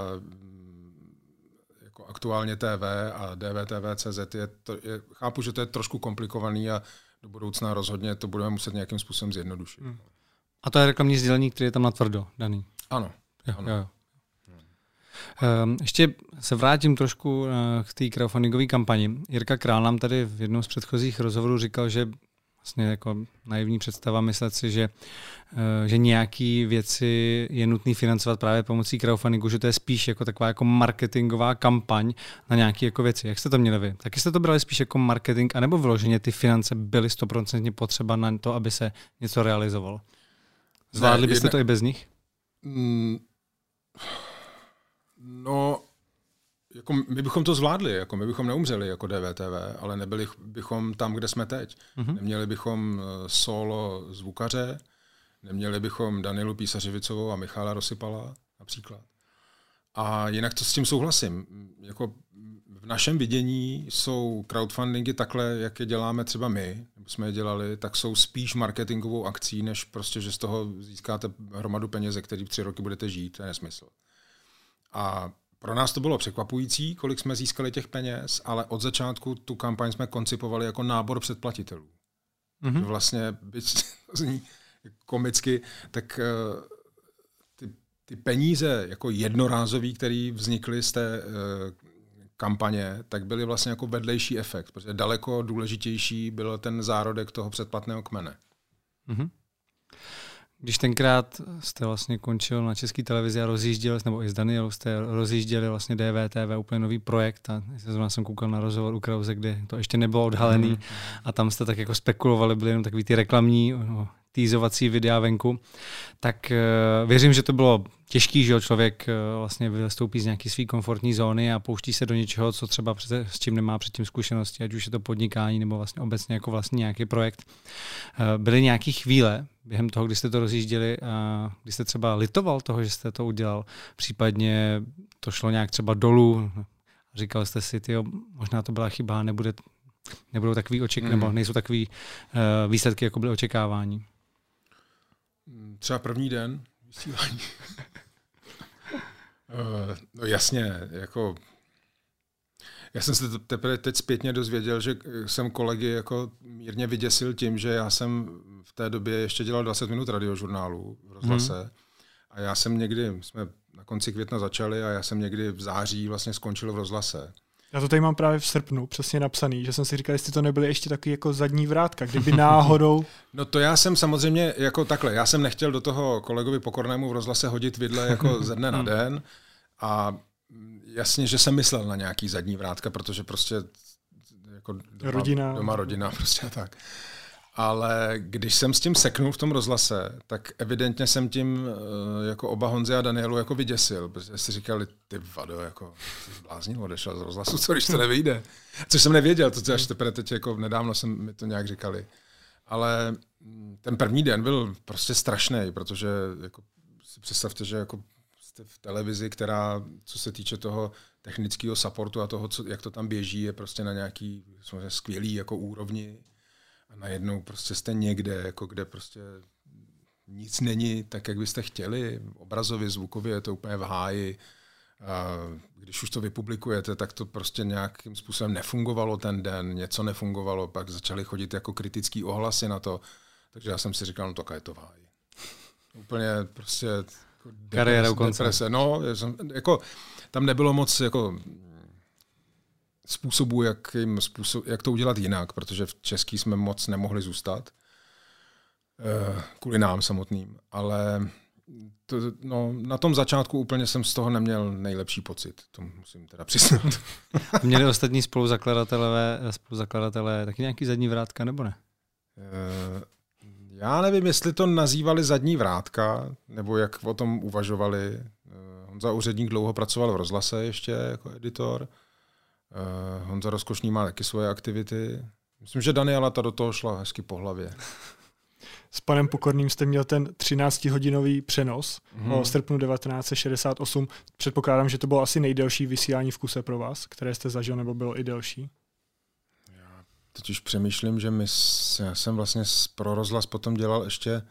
jako aktuálně T V a D V T V tečka cé zet je, to, je chápu, že to je trošku komplikovaný a do budoucna rozhodně to budeme muset nějakým způsobem zjednodušit. Hmm. A to je reklamní sdělení, který je tam natvrdo daný. Ano. Jo, ano. Jo. Ještě se vrátím trošku k té crowdfundingové kampani. Jirka Král nám tady v jednom z předchozích rozhovorů říkal, že vlastně jako naivní představa myslet si, že, že nějaké věci je nutné financovat právě pomocí crowdfundingu, že to je spíš jako taková jako marketingová kampaň na nějaké jako věci. Jak jste to měli vy? Taky jste to brali spíš jako marketing, anebo vyloženě ty finance byly stoprocentně potřeba na to, aby se něco realizovalo? Zvládli byste to i bez nich? Mm. No, jako my bychom to zvládli, jako my bychom neumřeli jako D V T V, ale nebyli bychom tam, kde jsme teď. Mm-hmm. Neměli bychom solo zvukaře, neměli bychom Danielu Písařevicovou a Michala Rosypala například. A jinak to s tím souhlasím. Jako v našem vidění jsou crowdfundingy takhle, jak je děláme třeba my, nebo jsme je dělali, tak jsou spíš marketingovou akcí, než prostě, že z toho získáte hromadu peněze, který tři roky budete žít. To je nesmysl. A pro nás to bylo překvapující, kolik jsme získali těch peněz, ale od začátku tu kampaň jsme koncipovali jako nábor předplatitelů. Mm-hmm. Vlastně, byť zní komicky, tak uh, ty, ty peníze jako jednorázový, které vznikly z té uh, kampaně, tak byly vlastně jako vedlejší efekt, protože daleko důležitější byl ten zárodek toho předplatného kmene. Mm-hmm. Když tenkrát jste vlastně končil na České televizi a rozjížděli, nebo i s Danielou jste rozjížděli vlastně D V T V, úplně nový projekt a zrovna jsem koukal na rozhovor u Krause, kde to ještě nebylo odhalený a tam jste tak jako spekulovali, byly jenom takový ty reklamní no, týzovací videa venku, tak uh, věřím, že to bylo těžký, že člověk uh, vlastně vystoupí z nějaké své komfortní zóny a pouští se do něčeho, co třeba před, s čím nemá předtím zkušenosti, ať už je to podnikání nebo vlastně obecně jako vlastně nějaký projekt. Uh, byly nějaké chvíle během toho, kdy jste to rozjížděli a kdy jste třeba litoval toho, že jste to udělal, případně to šlo nějak třeba dolů a říkal jste si, tyjo, možná to byla chyba, nebude, nebudou takový oček, mm. nebo nejsou takový uh, výsledky, jako byly očekávání. Třeba první den vysílání. uh, no jasně, jako já jsem se teprve teď zpětně dozvěděl, že jsem kolegy jako mírně vyděsil tím, že já jsem v té době ještě dělal dvacet minut radiožurnálu v rozhlase hmm. a já jsem někdy, jsme na konci května začali a já jsem někdy v září vlastně skončil v rozhlase. Já to tady mám právě v srpnu přesně napsaný, že jsem si říkal, jestli to nebyly ještě takový jako zadní vrátka, kdyby náhodou... No to já jsem samozřejmě jako takhle, já jsem nechtěl do toho kolegovi Pokornému v rozhlase hodit vidle jako ze dne na den a jasně, že jsem myslel na nějaký zadní vrátka, protože prostě jako doma rodina, doma rodina prostě tak. Ale když jsem s tím seknul v tom rozhlase, tak evidentně jsem tím jako oba Honzi a Danielu jako vyděsil, protože si říkali, ty vado, jako jsi zbláznil, odešel z rozhlasu, co když to nevyjde. Což jsem nevěděl, to až teprve teď jako nedávno jsem mi to nějak říkali. Ale ten první den byl prostě strašný, protože jako si představte, že jako jste v televizi, která, co se týče toho technického supportu a toho, co, jak to tam běží, je prostě na nějaký skvělý jako úrovni. A najednou prostě jste někde, jako kde prostě nic není tak, jak byste chtěli. Obrazově, zvukově je to úplně v háji. A když už to vypublikujete, tak to prostě nějakým způsobem nefungovalo ten den, něco nefungovalo, pak začaly chodit jako kritický ohlasy na to. Takže já jsem si říkal, no tak je to v háji. Úplně prostě... Kariéra u konce. No, jsem, jako, tam nebylo moc jako způsobů, jak, jim způsob, jak to udělat jinak, protože v Český jsme moc nemohli zůstat. Kvůli nám samotným. Ale to, no, na tom začátku úplně jsem z toho neměl nejlepší pocit. To musím teda přiznat. Měli ostatní spoluzakladatelé, spoluzakladatelé taky nějaký zadní vrátka, nebo ne? Já nevím, jestli to nazývali zadní vrátka, nebo jak o tom uvažovali. Honza Úředník dlouho pracoval v rozhlase ještě jako editor. Honza Rozkošný má taky svoje aktivity. Myslím, že Daniela ta do toho šla hezky po hlavě. S panem Pokorným jste měl ten třináctihodinový přenos hmm. o srpnu devatenáct set šedesát osm. Předpokládám, že to bylo asi nejdelší vysílání v kuse pro vás, které jste zažil, nebo bylo i delší? Já teď už přemýšlím, že my, já jsem vlastně pro rozhlas potom dělal ještě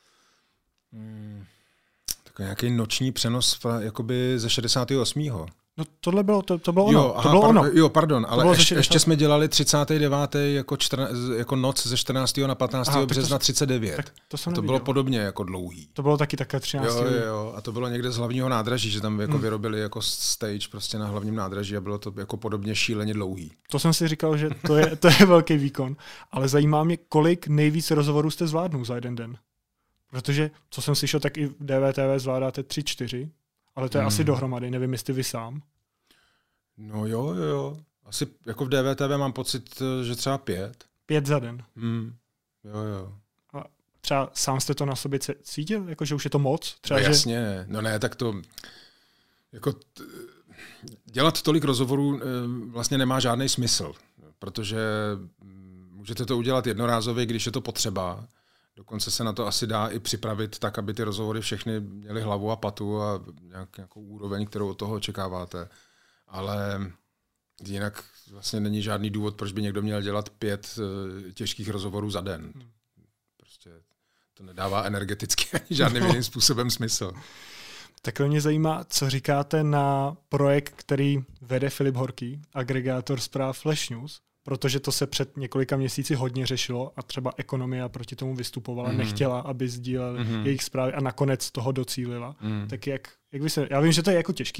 hmm, takový nějaký noční přenos jakoby ze šedesátého osmého No tohle bylo, to, to bylo ono. Jo, aha, to bylo par- ono. jo, pardon, ale ještě, ještě jsme dělali třicátého devátého jako, čtrnáct, jako noc ze čtrnáctého na patnáctého aha, března třicet devět. Tak to, jsem to bylo podobně jako dlouhý. To bylo taky také třináctého Jo, jo, a to bylo někde z hlavního nádraží, že tam jako hmm. vyrobili jako stage prostě na hlavním nádraží a bylo to jako podobně šíleně dlouhý. To jsem si říkal, že to je, to je velký výkon, ale zajímá mě, kolik nejvíc rozhovorů jste zvládnul za jeden den. Protože, co jsem slyšel, tak i v D V T V zvládáte tři, čtyři. Ale to je hmm. asi dohromady, nevím, jestli vy sám. No jo, jo, jo. Asi jako v D V T V mám pocit, že třeba pět. Pět za den. Hmm. Jo, jo. A třeba sám jste to na sobě cítil? Jako, že už je to moc? Třeba, no jasně. Že... No ne, tak to... Jako t... dělat tolik rozhovorů vlastně nemá žádný smysl. Protože můžete to udělat jednorázově, když je to potřeba. Dokonce se na to asi dá i připravit tak, aby ty rozhovory všechny měly hlavu a patu a nějak, nějakou úroveň, kterou od toho očekáváte. Ale jinak vlastně není žádný důvod, proč by někdo měl dělat pět uh, těžkých rozhovorů za den. Prostě to nedává energeticky ani žádným jiným způsobem smysl. Takhle mě zajímá, co říkáte na projekt, který vede Filip Horký, agregátor zpráv Flash News, protože to se před několika měsíci hodně řešilo a třeba Ekonomia proti tomu vystupovala, mm. nechtěla, aby sdíleli mm. jejich zprávy a nakonec toho docílila. Mm. Tak jak, jak by se, já vím, že to je jako těžký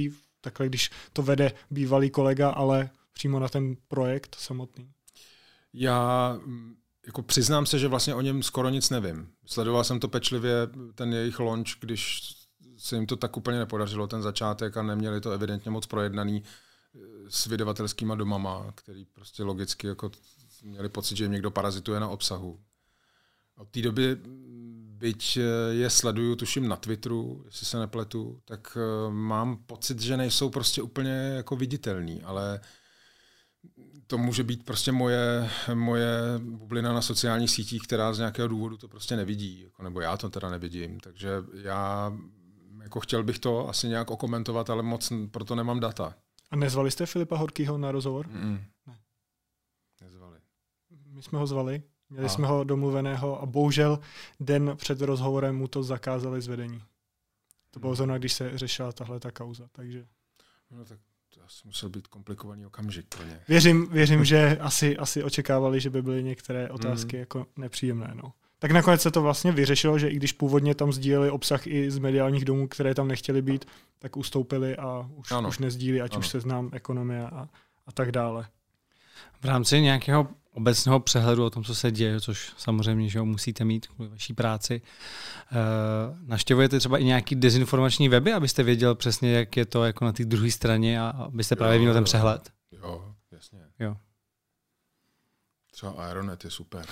takhle, když to vede bývalý kolega, ale přímo na ten projekt samotný? Já jako přiznám se, že vlastně o něm skoro nic nevím. Sledoval jsem to pečlivě, ten jejich launch, když se jim to tak úplně nepodařilo, ten začátek, a neměli to evidentně moc projednaný s vydavatelskýma domama, který prostě logicky jako měli pocit, že jim někdo parazituje na obsahu. Od té doby, byť je sleduju, tuším na Twitteru, jestli se nepletu, tak mám pocit, že nejsou prostě úplně jako viditelný, ale to může být prostě moje, moje bublina na sociálních sítích, která z nějakého důvodu to prostě nevidí, jako, nebo já to teda nevidím. Takže já jako chtěl bych to asi nějak okomentovat, ale moc proto nemám data. A nezvali jste Filipa Horkýho na rozhovor? Mm. Ne. Nezvali. My jsme ho zvali, měli a. jsme ho domluveného a bohužel den před rozhovorem mu to zakázali z vedení. To bylo zrovna, když se řešila tahle ta kauza, takže... No tak to asi musel být komplikovaný okamžik pro ně. Věřím, věřím že asi, asi očekávali, že by byly některé otázky mm. jako nepříjemné. No. Tak nakonec se to vlastně vyřešilo, že i když původně tam sdíleli obsah i z mediálních domů, které tam nechtěli být, tak ustoupili a už, už nezdílí, ať ano. už Seznam, Ekonomia a, a tak dále. V rámci nějakého obecného přehledu o tom, co se děje, což samozřejmě že ho musíte mít kvůli vaší práci, uh, navštěvujete třeba i nějaký dezinformační weby, abyste věděl přesně, jak je to jako na té druhé straně a abyste jo, právě měl ten přehled? Jo, jasně. Jo. Třeba Aeronet je super.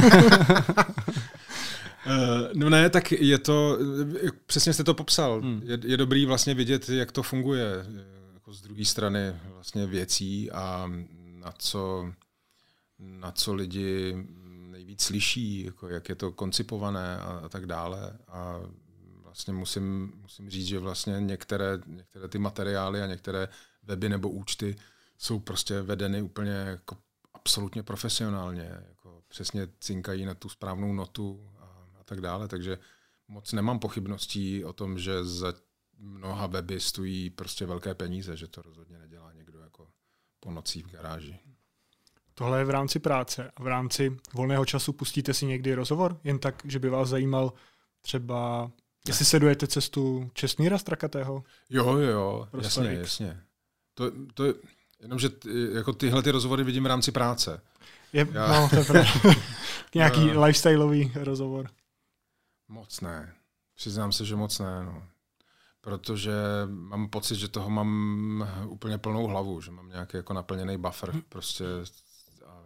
No ne, tak je to, přesně jste to popsal. Hmm. Je, je dobrý vlastně vidět, jak to funguje jako z druhé strany vlastně věcí a na co, na co lidi nejvíc slyší, jako jak je to koncipované a, a tak dále. A vlastně musím, musím říct, že vlastně některé, některé ty materiály a některé weby nebo účty jsou prostě vedeny úplně jako absolutně profesionálně, jako přesně cinkají na tu správnou notu a, a tak dále, takže moc nemám pochybností o tom, že za mnoha weby stojí prostě velké peníze, že to rozhodně nedělá někdo jako po nocích v garáži. Tohle je v rámci práce a v rámci volného času pustíte si někdy rozhovor, jen tak, že by vás zajímal třeba, jestli sledujete cestu Čestmíra Strakatého? Jo, jo, jo, jasně, jasně. To, to je... Jenomže ty, jako tyhle ty rozhovory vidím v rámci práce. Je, Já... No, to je pravda. Nějaký uh, lifestyleový rozhovor. Moc ne. Přiznám se, že moc ne. No. Protože mám pocit, že toho mám úplně plnou hlavu, že mám nějaký jako naplněný buffer. Prostě. A...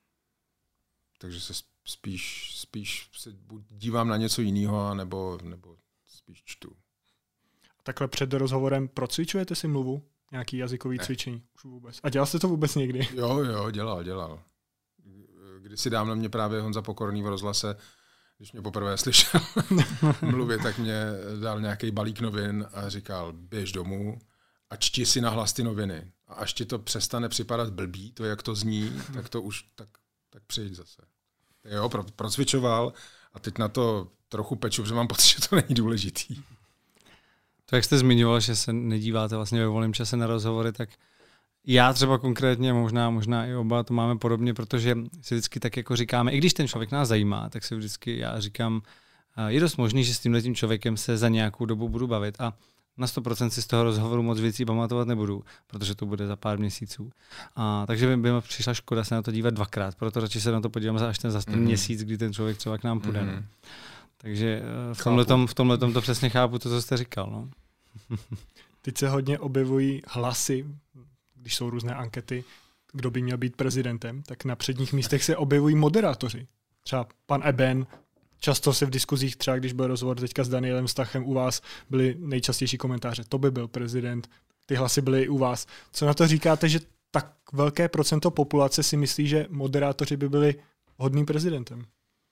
Takže se spíš, spíš se buď dívám na něco jiného, nebo, nebo spíš čtu. Takhle před rozhovorem procvičujete si mluvu? Nějaký jazykový ne. cvičení? Už vůbec. A dělal jste to vůbec někdy? Jo, jo, dělal, dělal. Kdysi dávno mě právě Honza Pokorný v rozhlase, když mě poprvé slyšel mluvit, tak mě dal nějaký balík novin a říkal, běž domů a čti si nahlas ty noviny. A až ti to přestane připadat blbý, to, jak to zní, tak to už, tak, tak přijď zase. Jo, pro, procvičoval a teď na to trochu peču, protože mám pocit, že to není důležitý. To, jak jste zmiňoval, že se nedíváte vlastně ve volném čase na rozhovory, tak já třeba konkrétně, možná, možná i oba to máme podobně, protože si vždycky tak jako říkáme, i když ten člověk nás zajímá, tak si vždycky já říkám, je dost možný, že s tímhletím člověkem se za nějakou dobu budu bavit a na sto procent si z toho rozhovoru moc věcí pamatovat nebudu, protože to bude za pár měsíců. A, takže by mi přišla škoda se na to dívat dvakrát, proto radši se na to podívám až ten, za ten mm. měsíc, kdy ten člověk třeba k nám půjde. Mm. No. Takže v tomhletom, v tomhletom to přesně chápu, to, co jste říkal. No. Teď se hodně objevují hlasy, když jsou různé ankety, kdo by měl být prezidentem, tak na předních místech se objevují moderátoři. Třeba pan Eben, často se v diskuzích, třeba když byl rozhovor teďka s Danielem Stachem u vás, byly nejčastější komentáře, to by byl prezident, ty hlasy byly i u vás. Co na to říkáte, že tak velké procento populace si myslí, že moderátoři by byli hodným prezidentem?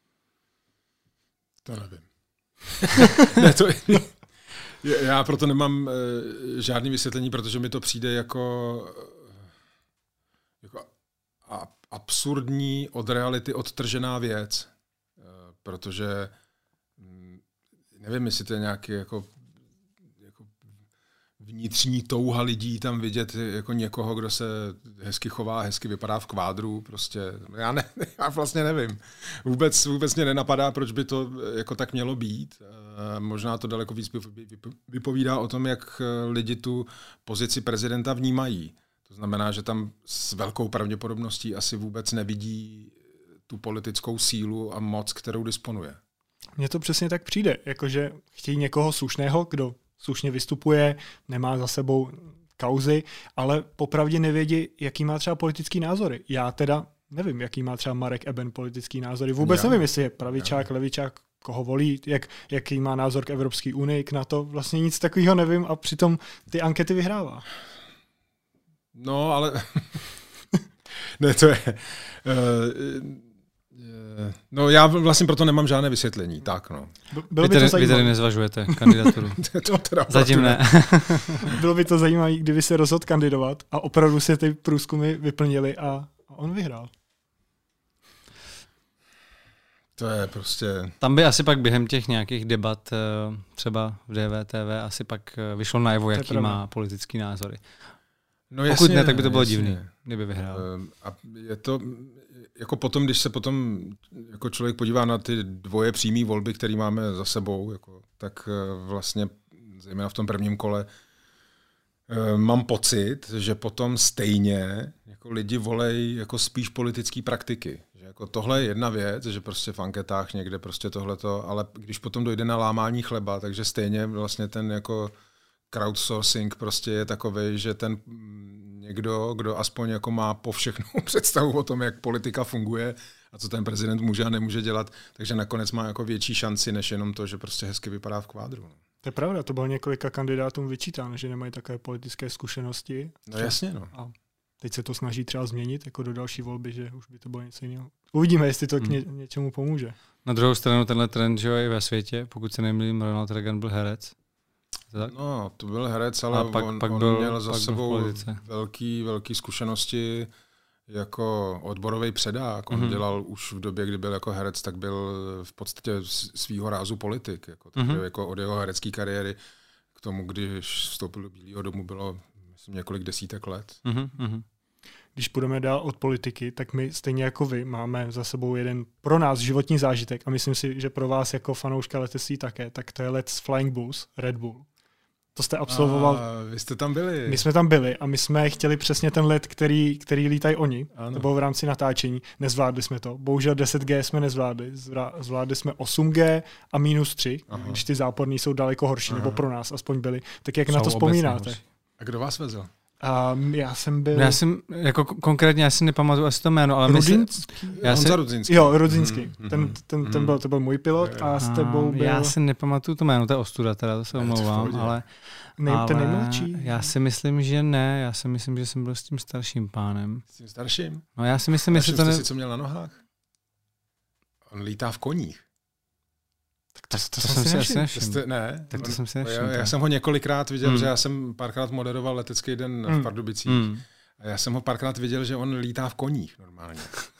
To nevím. ne, to, já proto nemám e, žádný vysvětlení, protože mi to přijde jako, jako a, absurdní, od reality odtržená věc. E, protože m, nevím, jestli to je nějaký jako, jako vnitřní touha lidí tam vidět jako někoho, kdo se hezky chová, hezky vypadá v kvádru, prostě, já, ne, já vlastně nevím. Vůbec, vůbec mě nenapadá, proč by to jako tak mělo být. Možná to daleko víc vypovídá o tom, jak lidi tu pozici prezidenta vnímají. To znamená, že tam s velkou pravděpodobností asi vůbec nevidí tu politickou sílu a moc, kterou disponuje. Mně to přesně tak přijde, jakože chtějí někoho slušného, kdo slušně vystupuje, nemá za sebou kauzy, ale popravdě nevědí, jaký má třeba politický názory. Já teda nevím, jaký má třeba Marek Eben politický názory. Vůbec Já. nevím, jestli je pravičák, Já. levičák, koho volí, jak, jaký má názor k Evropské unii, k NATO. Vlastně nic takového nevím a přitom ty ankety vyhrává. No, ale... ne, to je... Uh, No já vlastně proto nemám žádné vysvětlení, tak no. Bylo by vy, tady, vy tady nezvažujete kandidaturu? to teda Zatím ne. Bylo by to zajímavé, kdyby se rozhodl kandidovat a opravdu se ty průzkumy vyplnily a on vyhrál. To je prostě... Tam by asi pak během těch nějakých debat třeba v D V T V asi pak vyšlo najevo, jaký má politický názory. No Pokud jasně, ne, tak by to bylo jasně. divný, kdyby vyhrál. A je to... Jako potom, když se potom jako člověk podívá na ty dvoje přímé volby, které máme za sebou, jako, tak vlastně zejména v tom prvním kole mám pocit, že potom stejně jako lidi volej jako spíš politické praktiky. Že jako tohle je jedna věc, že prostě v anketách někde prostě tohleto, ale když potom dojde na lámání chleba, takže stejně vlastně ten jako crowdsourcing prostě je takovej, že ten někdo, kdo aspoň jako má po všechnu představu o tom, jak politika funguje a co ten prezident může a nemůže dělat, takže nakonec má jako větší šanci, než jenom to, že prostě hezky vypadá v kvádru. No. To je pravda, to bylo několika kandidátům vyčítáno, že nemají takové politické zkušenosti. No jasně, no. A teď se to snaží třeba změnit jako do další volby, že už by to bylo něco jiného. Uvidíme, jestli to k ně, něčemu pomůže. Na druhou stranu tenhle trend, že jo, i ve světě, pokud se nemýlím, Ronald Reagan byl herec. Tak? No, to byl herec, ale pak, on, pak on byl, měl za sebou velký, velký zkušenosti jako odborový předák. On mm-hmm. dělal už v době, kdy byl jako herec, tak byl v podstatě svýho rázu politik. Jako, mm-hmm. jako od jeho herecké kariéry k tomu, když vstoupil do Bílého domu, bylo myslím, několik desítek let. Mm-hmm. Když půjdeme dál od politiky, tak my stejně jako vy máme za sebou jeden pro nás životní zážitek a myslím si, že pro vás jako fanouška letectví také, tak to je let s Flying Bulls, Red Bull. To jste absolvoval. A vy jste tam byli. My jsme tam byli a my jsme chtěli přesně ten let, který, který lítají oni. Ano. To bylo v rámci natáčení. Nezvládli jsme to. Bohužel deset gé jsme nezvládli. Zvládli jsme osm gé a minus tři, Aha. když ty záporní jsou daleko horší, Aha. nebo pro nás aspoň byli. Tak jak jsou na to vzpomínáte? A kdo vás vezl? Um, já jsem byl... Já jsem, jako konkrétně, já si nepamatuju asi to jméno, ale Rudzinský? Já si... Rudzinský. Jo, Rudzinský. Mm-hmm. Ten, ten, ten, byl, to byl můj pilot a s tebou byl... Já si nepamatuju to jméno, to je ostuda, teda to se omlouvám, ale... Nej, ten nejmladší? Já si myslím, že ne, já si myslím, že jsem byl s tím starším pánem. S tím starším? No já si myslím, jestli to ne... si, co měl na nohách? On lítá v koních. Tak to, to, to jsem si asi nevšiml. Ne, tak to on, jsem si nevšiml. Já, já jsem ho několikrát viděl, mm. že já jsem párkrát moderoval letecký den mm. v Pardubicích. Mm. A já jsem ho párkrát viděl, že on lítá v koních normálně.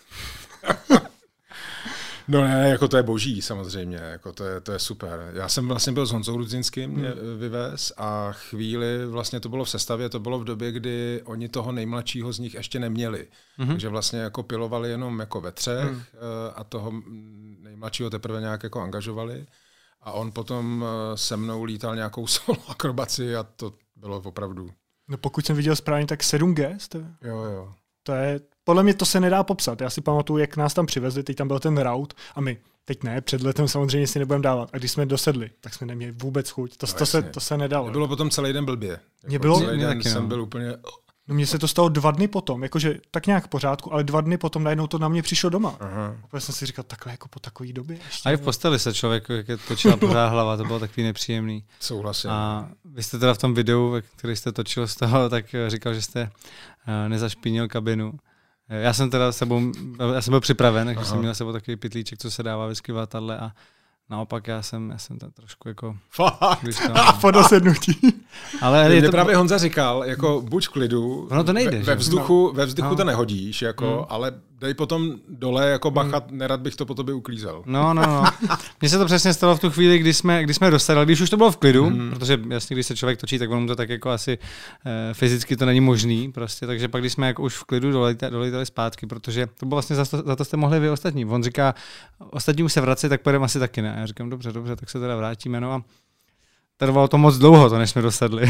No ne, jako to je boží samozřejmě, jako to je, to je super. Já jsem vlastně byl s Honzou Rudzinským, mě hmm. vyvez a chvíli, vlastně to bylo v sestavě, to bylo v době, kdy oni toho nejmladšího z nich ještě neměli. Hmm. Takže vlastně jako pilovali jenom jako ve třech hmm. a toho nejmladšího teprve nějak jako angažovali. A on potom se mnou lítal nějakou solo akrobaci a to bylo opravdu... No pokud jsem viděl správně, tak sedm gé jste? Jo, jo. To je... Podle mě to se nedá popsat. Já si pamatuju, jak nás tam přivezli, teď tam byl ten route a my, teď ne, před letem samozřejmě si nebudeme dávat. A když jsme dosedli, tak jsme neměli vůbec chuť. To, no, to, se, to se nedalo. Bylo potom celý den blbě. Mě bylo, celý den taky, jsem no. byl úplně... No mně se to stalo dva dny potom, jakože tak nějak v pořádku, ale dva dny potom najednou to na mě přišlo doma. Aha. A jsem si říkal, takhle jako po takové době. Ještě a i v posteli se člověk, jak je točila pořád hlava, to bylo takový nepříjemný. Souhlasím. A vy jste teda v tom videu, který jste točil z toho, tak říkal, že jste nezašpinil kabinu. Já jsem teda sebou, já jsem byl připraven, takže jsem měl sebou takový pytlíček, co se dává vždycky v letadle a naopak já jsem, já jsem tam trošku jako... Fakt? Po dosednutí. Ale mě to... právě Honza říkal, jako buď v klidu, ono to nejde, ve, ve vzduchu, ve vzduchu no. to nehodíš, jako, no. ale Dej potom dole jako bacha, hmm. nerad bych to po tobě uklízel. No, no, no. Mně se to přesně stalo v tu chvíli, kdy jsme, kdy jsme dostali, když už to bylo v klidu, hmm. protože jasně, když se člověk točí, tak on to tak jako asi e, fyzicky to není možný, prostě, takže pak, když jsme jako už v klidu dolítali zpátky, protože to bylo vlastně za to, za to jste mohli vy ostatní. On říká, ostatní už se vrací, tak pojedeme asi taky ne. Já říkám, dobře, dobře, tak se teda vrátíme, no a trvalo to moc dlouho, to než jsme dosedli.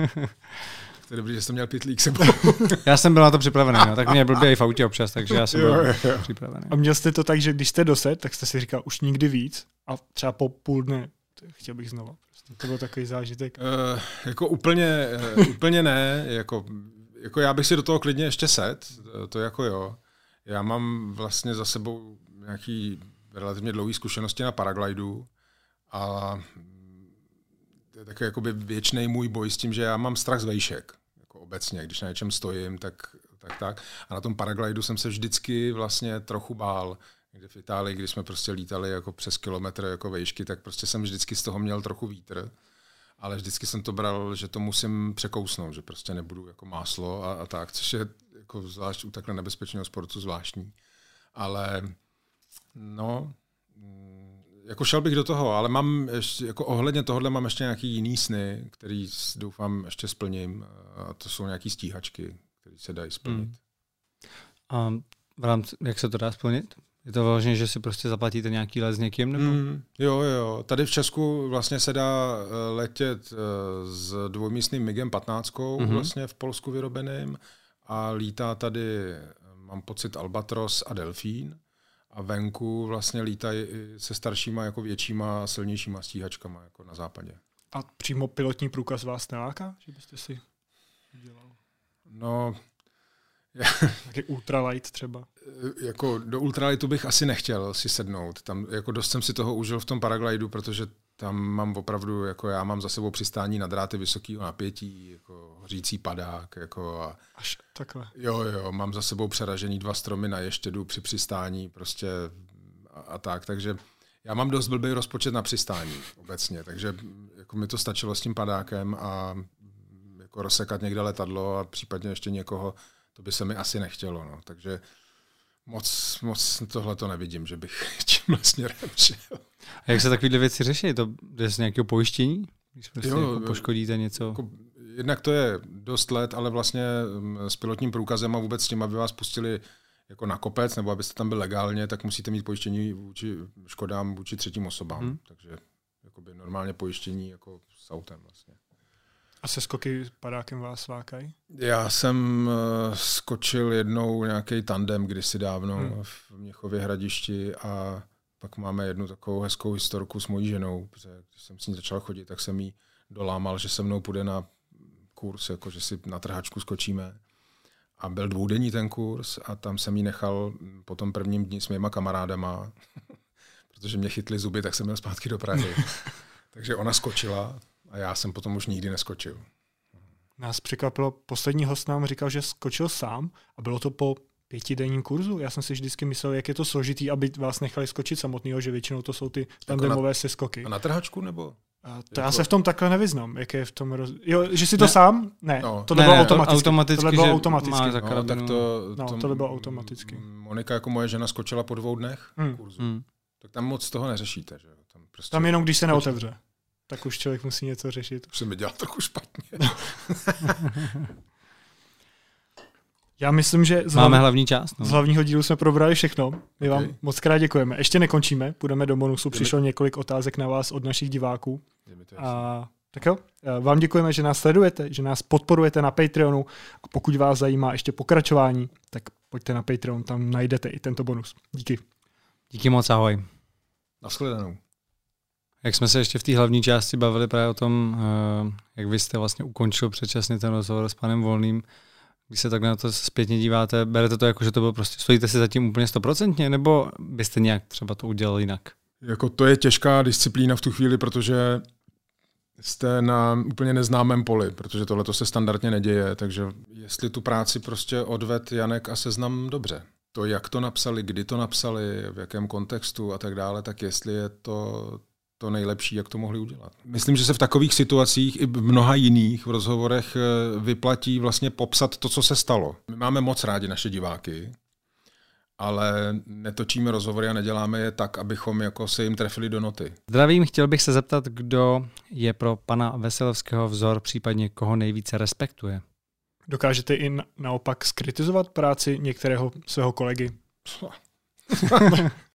To je dobrý, že jsi měl pitlík sebou. Já jsem byl na to připravený, no. Tak mě blbě i v autě občas, takže já jsem byl jo, jo. připravený. A měl jste to tak, že když jste dosed, tak jste si říkal už nikdy víc a třeba po půl dne chtěl bych znova. Prostě to byl takový zážitek. Uh, jako úplně, uh, úplně ne, jako, jako já bych si do toho klidně ještě set, to, to jako jo. Já mám vlastně za sebou nějaký relativně dlouhý zkušenosti na paraglidu a to je takový jakoby věčný můj boj s tím, že já mám strach z vejšek. Jako obecně, když na něčem stojím, tak, tak tak. A na tom paraglidu jsem se vždycky vlastně trochu bál. Někde v Itálii, když jsme prostě lítali jako přes kilometr jako vejšky, tak prostě jsem vždycky z toho měl trochu vítr. Ale vždycky jsem to bral, že to musím překousnout, že prostě nebudu jako máslo a, a tak, což je jako zvlášť u takhle nebezpečného sportu zvláštní. Ale no... Jako šel bych do toho, ale mám ještě, jako ohledně tohohle mám ještě nějaký jiný sny, který doufám ještě splním. A to jsou nějaký stíhačky, které se dají splnit. Hmm. A v rámci, jak se to dá splnit? Je to vlastně, že si prostě zaplatíte nějaký let s někým? Nebo? Hmm. Jo, jo. Tady v Česku vlastně se dá letět s dvojmístným MIGem patnáct, hmm. vlastně v Polsku vyrobeným a lítá tady, mám pocit, Albatros a Delfín. A venku vlastně lítají se staršíma, jako většíma, silnějšíma stíhačkama, jako na západě. A přímo pilotní průkaz vás neláká, že byste si udělal? No... Taky ultralight třeba? Jako do ultralightu bych asi nechtěl si sednout. Tam jako dost jsem si toho užil v tom paraglidu, protože tam mám opravdu, jako já mám za sebou přistání na dráty vysokého napětí, jako hořící padák. Jako a, Až takhle. Jo, jo, mám za sebou přeražený dva stromy na ještědu při přistání prostě a, a tak, takže já mám dost blbý rozpočet na přistání obecně, takže jako mi to stačilo s tím padákem a jako rozsekat někde letadlo a případně ještě někoho, to by se mi asi nechtělo, no, takže moc, moc tohle to nevidím, že bych tímhle směrem šel. A jak se takovýhle věci řeší? To jde z nějakého pojištění? Když prostě jo, jako poškodíte něco? Jako, jednak to je dost let, ale vlastně s pilotním průkazem a vůbec s tím, aby vás pustili jako na kopec, nebo abyste tam byl legálně, tak musíte mít pojištění vůči škodám vůči třetím osobám. Hmm. Takže jakoby normálně pojištění jako s autem vlastně. A se skoky s padákem vás lákají? Já jsem uh, skočil jednou nějaký tandem kdysi dávno hmm. v Měchově Hradišti a pak máme jednu takovou hezkou historku s mojí ženou, protože když jsem s ní začal chodit, tak jsem jí dolámal, že se mnou půjde na kurz, jako že si na trhačku skočíme. A byl dvoudenní ten kurz a tam jsem jí nechal po tom prvním dni s mýma kamarádama, protože mě chytly zuby, tak jsem měl zpátky do Prahy. Takže ona skočila a já jsem potom už nikdy neskočil. Nás překvapilo, poslední host nám říkal, že skočil sám a bylo to po pětidenním kurzu. Já jsem si vždycky myslel, jak je to složitý, aby vás nechali skočit samotného, že většinou to jsou ty tandemové seskoky. A na trhačku nebo? A to jako... já se v tom takhle nevyznám, jak je v tom roz... Jo, že si to ne. sám? Ne, no. tohle bylo ne, automaticky. automaticky. Tohle bylo automaticky. No, tak to, no, tohle bylo automaticky. Monika jako moje žena skočila po dvou dnech hmm. kurzu. Hmm. Tak tam moc toho neřešíte. Že? Tam, prostě tam jenom když se neotevře, tak už člověk musí něco řešit. Už se mi dělal trochu špatně. Já myslím, že z, Máme hlavní část, no. z hlavního dílu jsme probrali všechno. My vám okay. moc krát děkujeme. Ještě nekončíme, půjdeme do bonusu. Přišlo několik otázek na vás od našich diváků. A, tak jo, vám děkujeme, že nás sledujete, že nás podporujete na Patreonu a pokud vás zajímá ještě pokračování, tak pojďte na Patreon, tam najdete i tento bonus. Díky. Díky moc, ahoj. Nashledanou. Jak jsme se ještě v té hlavní části bavili právě o tom, jak vy jste vlastně ukončil předčasně ten rozhovor s panem Volným, když se tak na to zpětně díváte, berete to jako, že to bylo prostě, stojíte si zatím úplně stoprocentně, nebo byste nějak třeba to udělali jinak? Jako to je těžká disciplína v tu chvíli, protože jste na úplně neznámém poli, protože tohle to se standardně neděje, takže jestli tu práci prostě odved Janek a Seznam dobře. To, jak to napsali, kdy to napsali, v jakém kontextu a tak dále, tak jestli je to to nejlepší, jak to mohli udělat. Myslím, že se v takových situacích i v mnoha jiných v rozhovorech vyplatí vlastně popsat to, co se stalo. My máme moc rádi naše diváky ale netočíme rozhovory a neděláme je tak, abychom jako se jim trefili do noty. Zdravím, chtěl bych se zeptat, kdo je pro pana Veselovského vzor, případně koho nejvíce respektuje. Dokážete i na, naopak skritizovat práci některého svého kolegy?